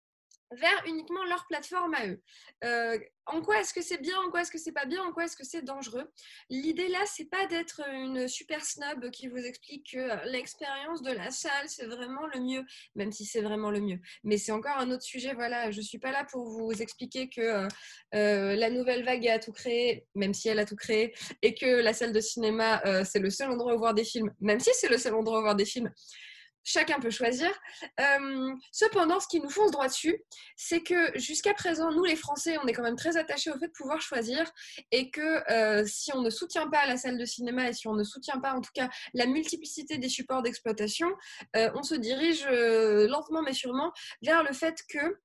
vers uniquement leur plateforme à eux. Euh, en quoi est-ce que c'est bien, en quoi est-ce que c'est pas bien, en quoi est-ce que c'est dangereux ? L'idée là, c'est pas d'être une super snob qui vous explique que l'expérience de la salle, c'est vraiment le mieux, même si c'est vraiment le mieux. Mais c'est encore un autre sujet, voilà, je suis pas là pour vous expliquer que euh, euh, la nouvelle vague a tout créé, même si elle a tout créé, et que la salle de cinéma, euh, c'est le seul endroit où voir des films, même si c'est le seul endroit où voir des films. Chacun peut choisir. Euh, cependant, ce qui nous fonce droit dessus, c'est que jusqu'à présent, nous les Français, on est quand même très attachés au fait de pouvoir choisir et que euh, si on ne soutient pas la salle de cinéma et si on ne soutient pas en tout cas la multiplicité des supports d'exploitation, euh, on se dirige euh, lentement mais sûrement vers le fait que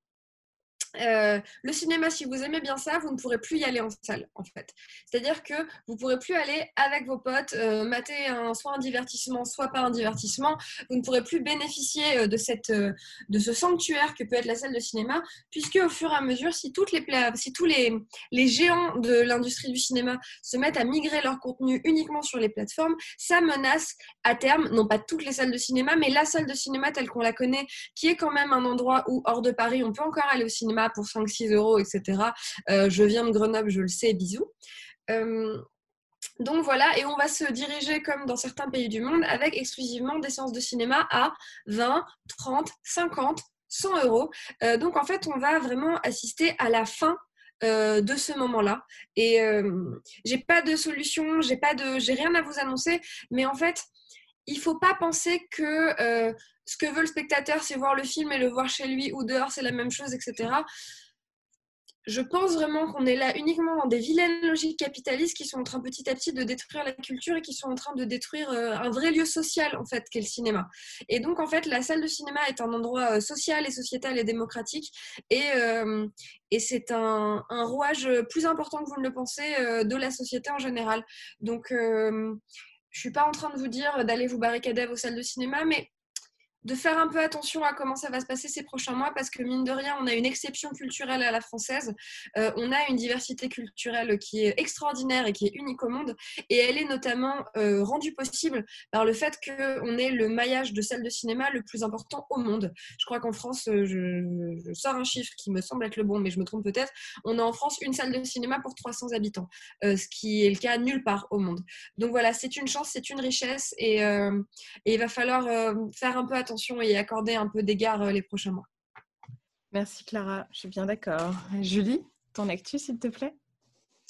Euh, le cinéma, si vous aimez bien ça, vous ne pourrez plus y aller en salle, en fait. C'est-à-dire que vous ne pourrez plus aller avec vos potes, euh, mater un, soit un divertissement, soit pas un divertissement. Vous ne pourrez plus bénéficier de, cette, de ce sanctuaire que peut être la salle de cinéma, puisque au fur et à mesure, si, toutes les, si tous les, les géants de l'industrie du cinéma se mettent à migrer leur contenu uniquement sur les plateformes, ça menace à terme, non pas toutes les salles de cinéma, mais la salle de cinéma telle qu'on la connaît, qui est quand même un endroit où, hors de Paris, on peut encore aller au cinéma pour cinq six euros, et cetera. Euh, je viens de Grenoble, je le sais, bisous. Euh, donc voilà, et on va se diriger comme dans certains pays du monde avec exclusivement des séances de cinéma à vingt, trente, cinquante, cent euros. Euh, donc en fait, on va vraiment assister à la fin Euh, de ce moment-là. Et euh, j'ai pas de solution, j'ai pas de, j'ai rien à vous annoncer, mais en fait, il faut pas penser que euh, ce que veut le spectateur, c'est voir le film et le voir chez lui ou dehors, c'est la même chose, et cetera. Je pense vraiment qu'on est là uniquement dans des vilaines logiques capitalistes qui sont en train petit à petit de détruire la culture et qui sont en train de détruire euh, un vrai lieu social, en fait, qu'est le cinéma. Et donc, en fait, la salle de cinéma est un endroit euh, social et sociétal et démocratique. Et, euh, et c'est un, un rouage plus important que vous ne le pensez euh, de la société en général. Donc, euh, je ne suis pas en train de vous dire d'aller vous barricader à vos salles de cinéma, mais de faire un peu attention à comment ça va se passer ces prochains mois, parce que mine de rien, on a une exception culturelle à la française, euh, on a une diversité culturelle qui est extraordinaire et qui est unique au monde, et elle est notamment euh, rendue possible par le fait qu'on ait le maillage de salles de cinéma le plus important au monde. Je crois qu'en France, je, je sors un chiffre qui me semble être le bon, mais je me trompe peut-être, on a en France une salle de cinéma pour trois cents habitants, euh, ce qui est le cas nulle part au monde. Donc voilà, c'est une chance, c'est une richesse, et, euh, et il va falloir euh, faire un peu attention et accorder un peu d'égard les prochains mois. Merci Clara, je suis bien d'accord. Julie, ton actu s'il te plaît.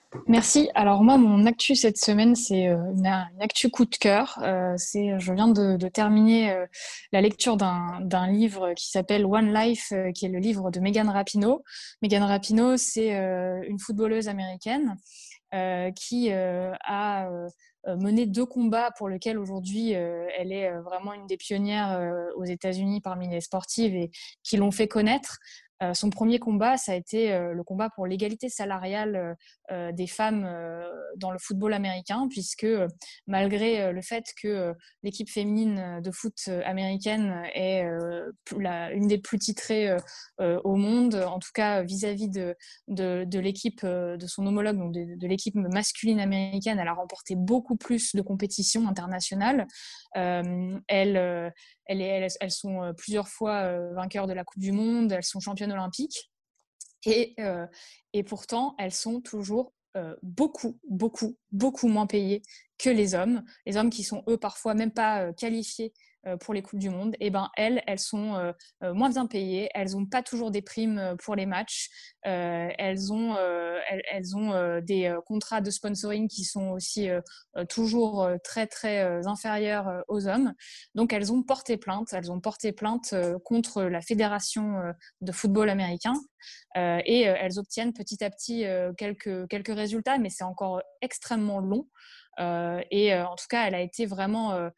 Merci. Alors moi, mon actu cette semaine, c'est une, une actu coup de cœur. Euh, c'est, je viens de, de terminer euh, la lecture d'un, d'un livre qui s'appelle One Life, euh, qui est le livre de Megan Rapinoe. Megan Rapinoe, c'est euh, une footballeuse américaine euh, qui euh, a euh, mené deux combats pour lesquels aujourd'hui euh, elle est vraiment une des pionnières euh, aux États-Unis parmi les sportives et qui l'ont fait connaître. Euh, son premier combat, ça a été euh, le combat pour l'égalité salariale euh, des femmes euh, dans le football américain, puisque euh, malgré euh, le fait que euh, l'équipe féminine de foot américaine est euh, la, une des plus titrées euh, au monde, en tout cas vis-à-vis de, de, de l'équipe, euh, de son homologue, donc de, de l'équipe masculine américaine, elle a remporté beaucoup plus de compétitions internationales. Euh, elle, euh, elle est, elles, elles sont plusieurs fois euh, vainqueurs de la Coupe du Monde, elles sont championnes olympiques et, euh, et pourtant elles sont toujours euh, beaucoup, beaucoup, beaucoup moins payées que les hommes. Les hommes qui sont eux parfois même pas euh, qualifiés euh, pour les Coupes du Monde, et ben elles, elles sont euh, euh, moins bien payées, elles n'ont pas toujours des primes pour les matchs, euh, elles ont, euh, elles, elles ont euh, des euh, contrats de sponsoring qui sont aussi euh, euh, toujours euh, très très euh, inférieurs euh, aux hommes. Donc elles ont porté plainte, elles ont porté plainte euh, contre la fédération euh, de football américain euh, et euh, elles obtiennent petit à petit euh, quelques quelques résultats, mais c'est encore extrêmement long. Euh, et euh, en tout cas, elle a été vraiment euh,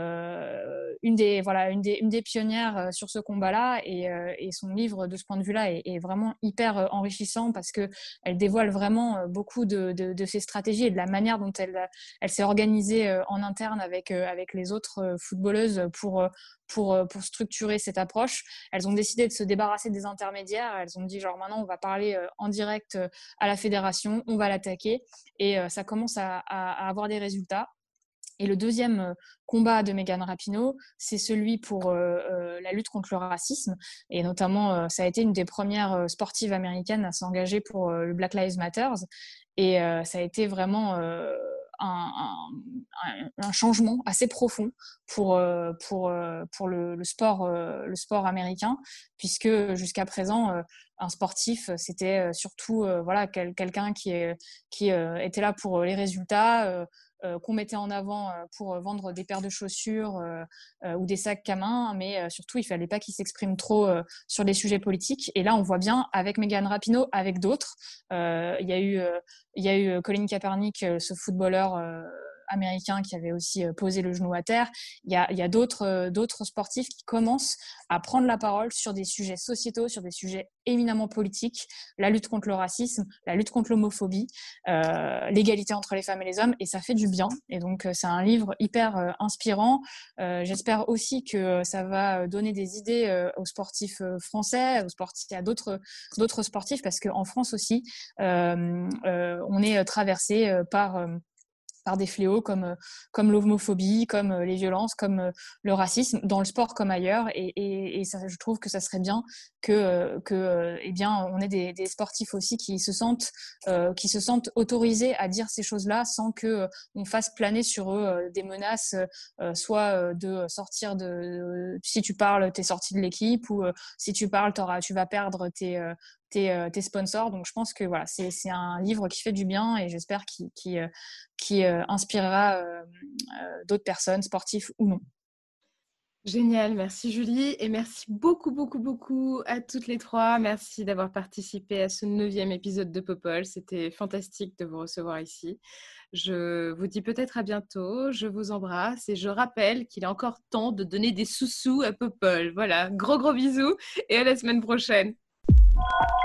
euh, une des voilà une des une des pionnières euh, sur ce combat-là, et, euh, et son livre de ce point de vue-là est, est vraiment hyper euh, enrichissant parce que elle dévoile vraiment euh, beaucoup de, de de ses stratégies et de la manière dont elle elle s'est organisée euh, en interne avec euh, avec les autres euh, footballeuses pour euh, pour pour structurer cette approche. Elles ont décidé de se débarrasser des intermédiaires. Elles ont dit genre maintenant on va parler euh, en direct euh, à la fédération, on va l'attaquer, et euh, ça commence à, à, à avoir des résultats. Et le deuxième combat de Megan Rapinoe, c'est celui pour euh, euh, la lutte contre le racisme. Et notamment, euh, ça a été une des premières sportives américaines à s'engager pour euh, le Black Lives Matter. Et euh, ça a été vraiment euh, un, un, un changement assez profond pour, euh, pour, euh, pour le, le, sport, euh, le sport américain, puisque jusqu'à présent, euh, un sportif, c'était surtout euh, voilà, quel, quelqu'un qui, est, qui euh, était là pour les résultats, euh, Euh, qu'on mettait en avant euh, pour vendre des paires de chaussures euh, euh, ou des sacs à main, mais euh, surtout il fallait pas qu'il s'exprime trop euh, sur des sujets politiques. Et là on voit bien avec Megan Rapinoe, avec d'autres, euh, il y a eu euh, il y a eu Colin Kaepernick, euh, ce footballeur euh, américain qui avait aussi posé le genou à terre. Il y a, il y a d'autres, euh, d'autres sportifs qui commencent à prendre la parole sur des sujets sociétaux, sur des sujets éminemment politiques, la lutte contre le racisme, la lutte contre l'homophobie, euh, l'égalité entre les femmes et les hommes, et ça fait du bien. Et donc c'est un livre hyper euh, inspirant. Euh, j'espère aussi que ça va donner des idées euh, aux sportifs français, aux sportifs, à d'autres, d'autres sportifs, parce qu'en France aussi, euh, euh, on est traversé euh, par... Euh, par des fléaux comme, comme l'homophobie, comme les violences, comme le racisme, dans le sport comme ailleurs. Et, et, et ça, je trouve que ça serait bien que, que eh bien, on ait des, des sportifs aussi qui se sentent, euh, qui se sentent autorisés à dire ces choses-là sans que on fasse planer sur eux euh, des menaces, euh, soit de sortir de... Si tu parles, t'es sorti de l'équipe, ou euh, si tu parles, t'auras, tu vas perdre tes... Euh, Tes, tes sponsors. Donc je pense que voilà, c'est, c'est un livre qui fait du bien, et j'espère qu'il, qu'il, qu'il inspirera euh, euh, d'autres personnes, sportifs ou non. Génial, merci Julie, et merci beaucoup, beaucoup, beaucoup à toutes les trois. Merci d'avoir participé à ce neuvième épisode de Popol. C'était fantastique de vous recevoir ici. Je vous dis peut-être à bientôt, je vous embrasse, et je rappelle qu'il est encore temps de donner des sous-sous à Popol. Voilà, gros gros bisous, et à la semaine prochaine.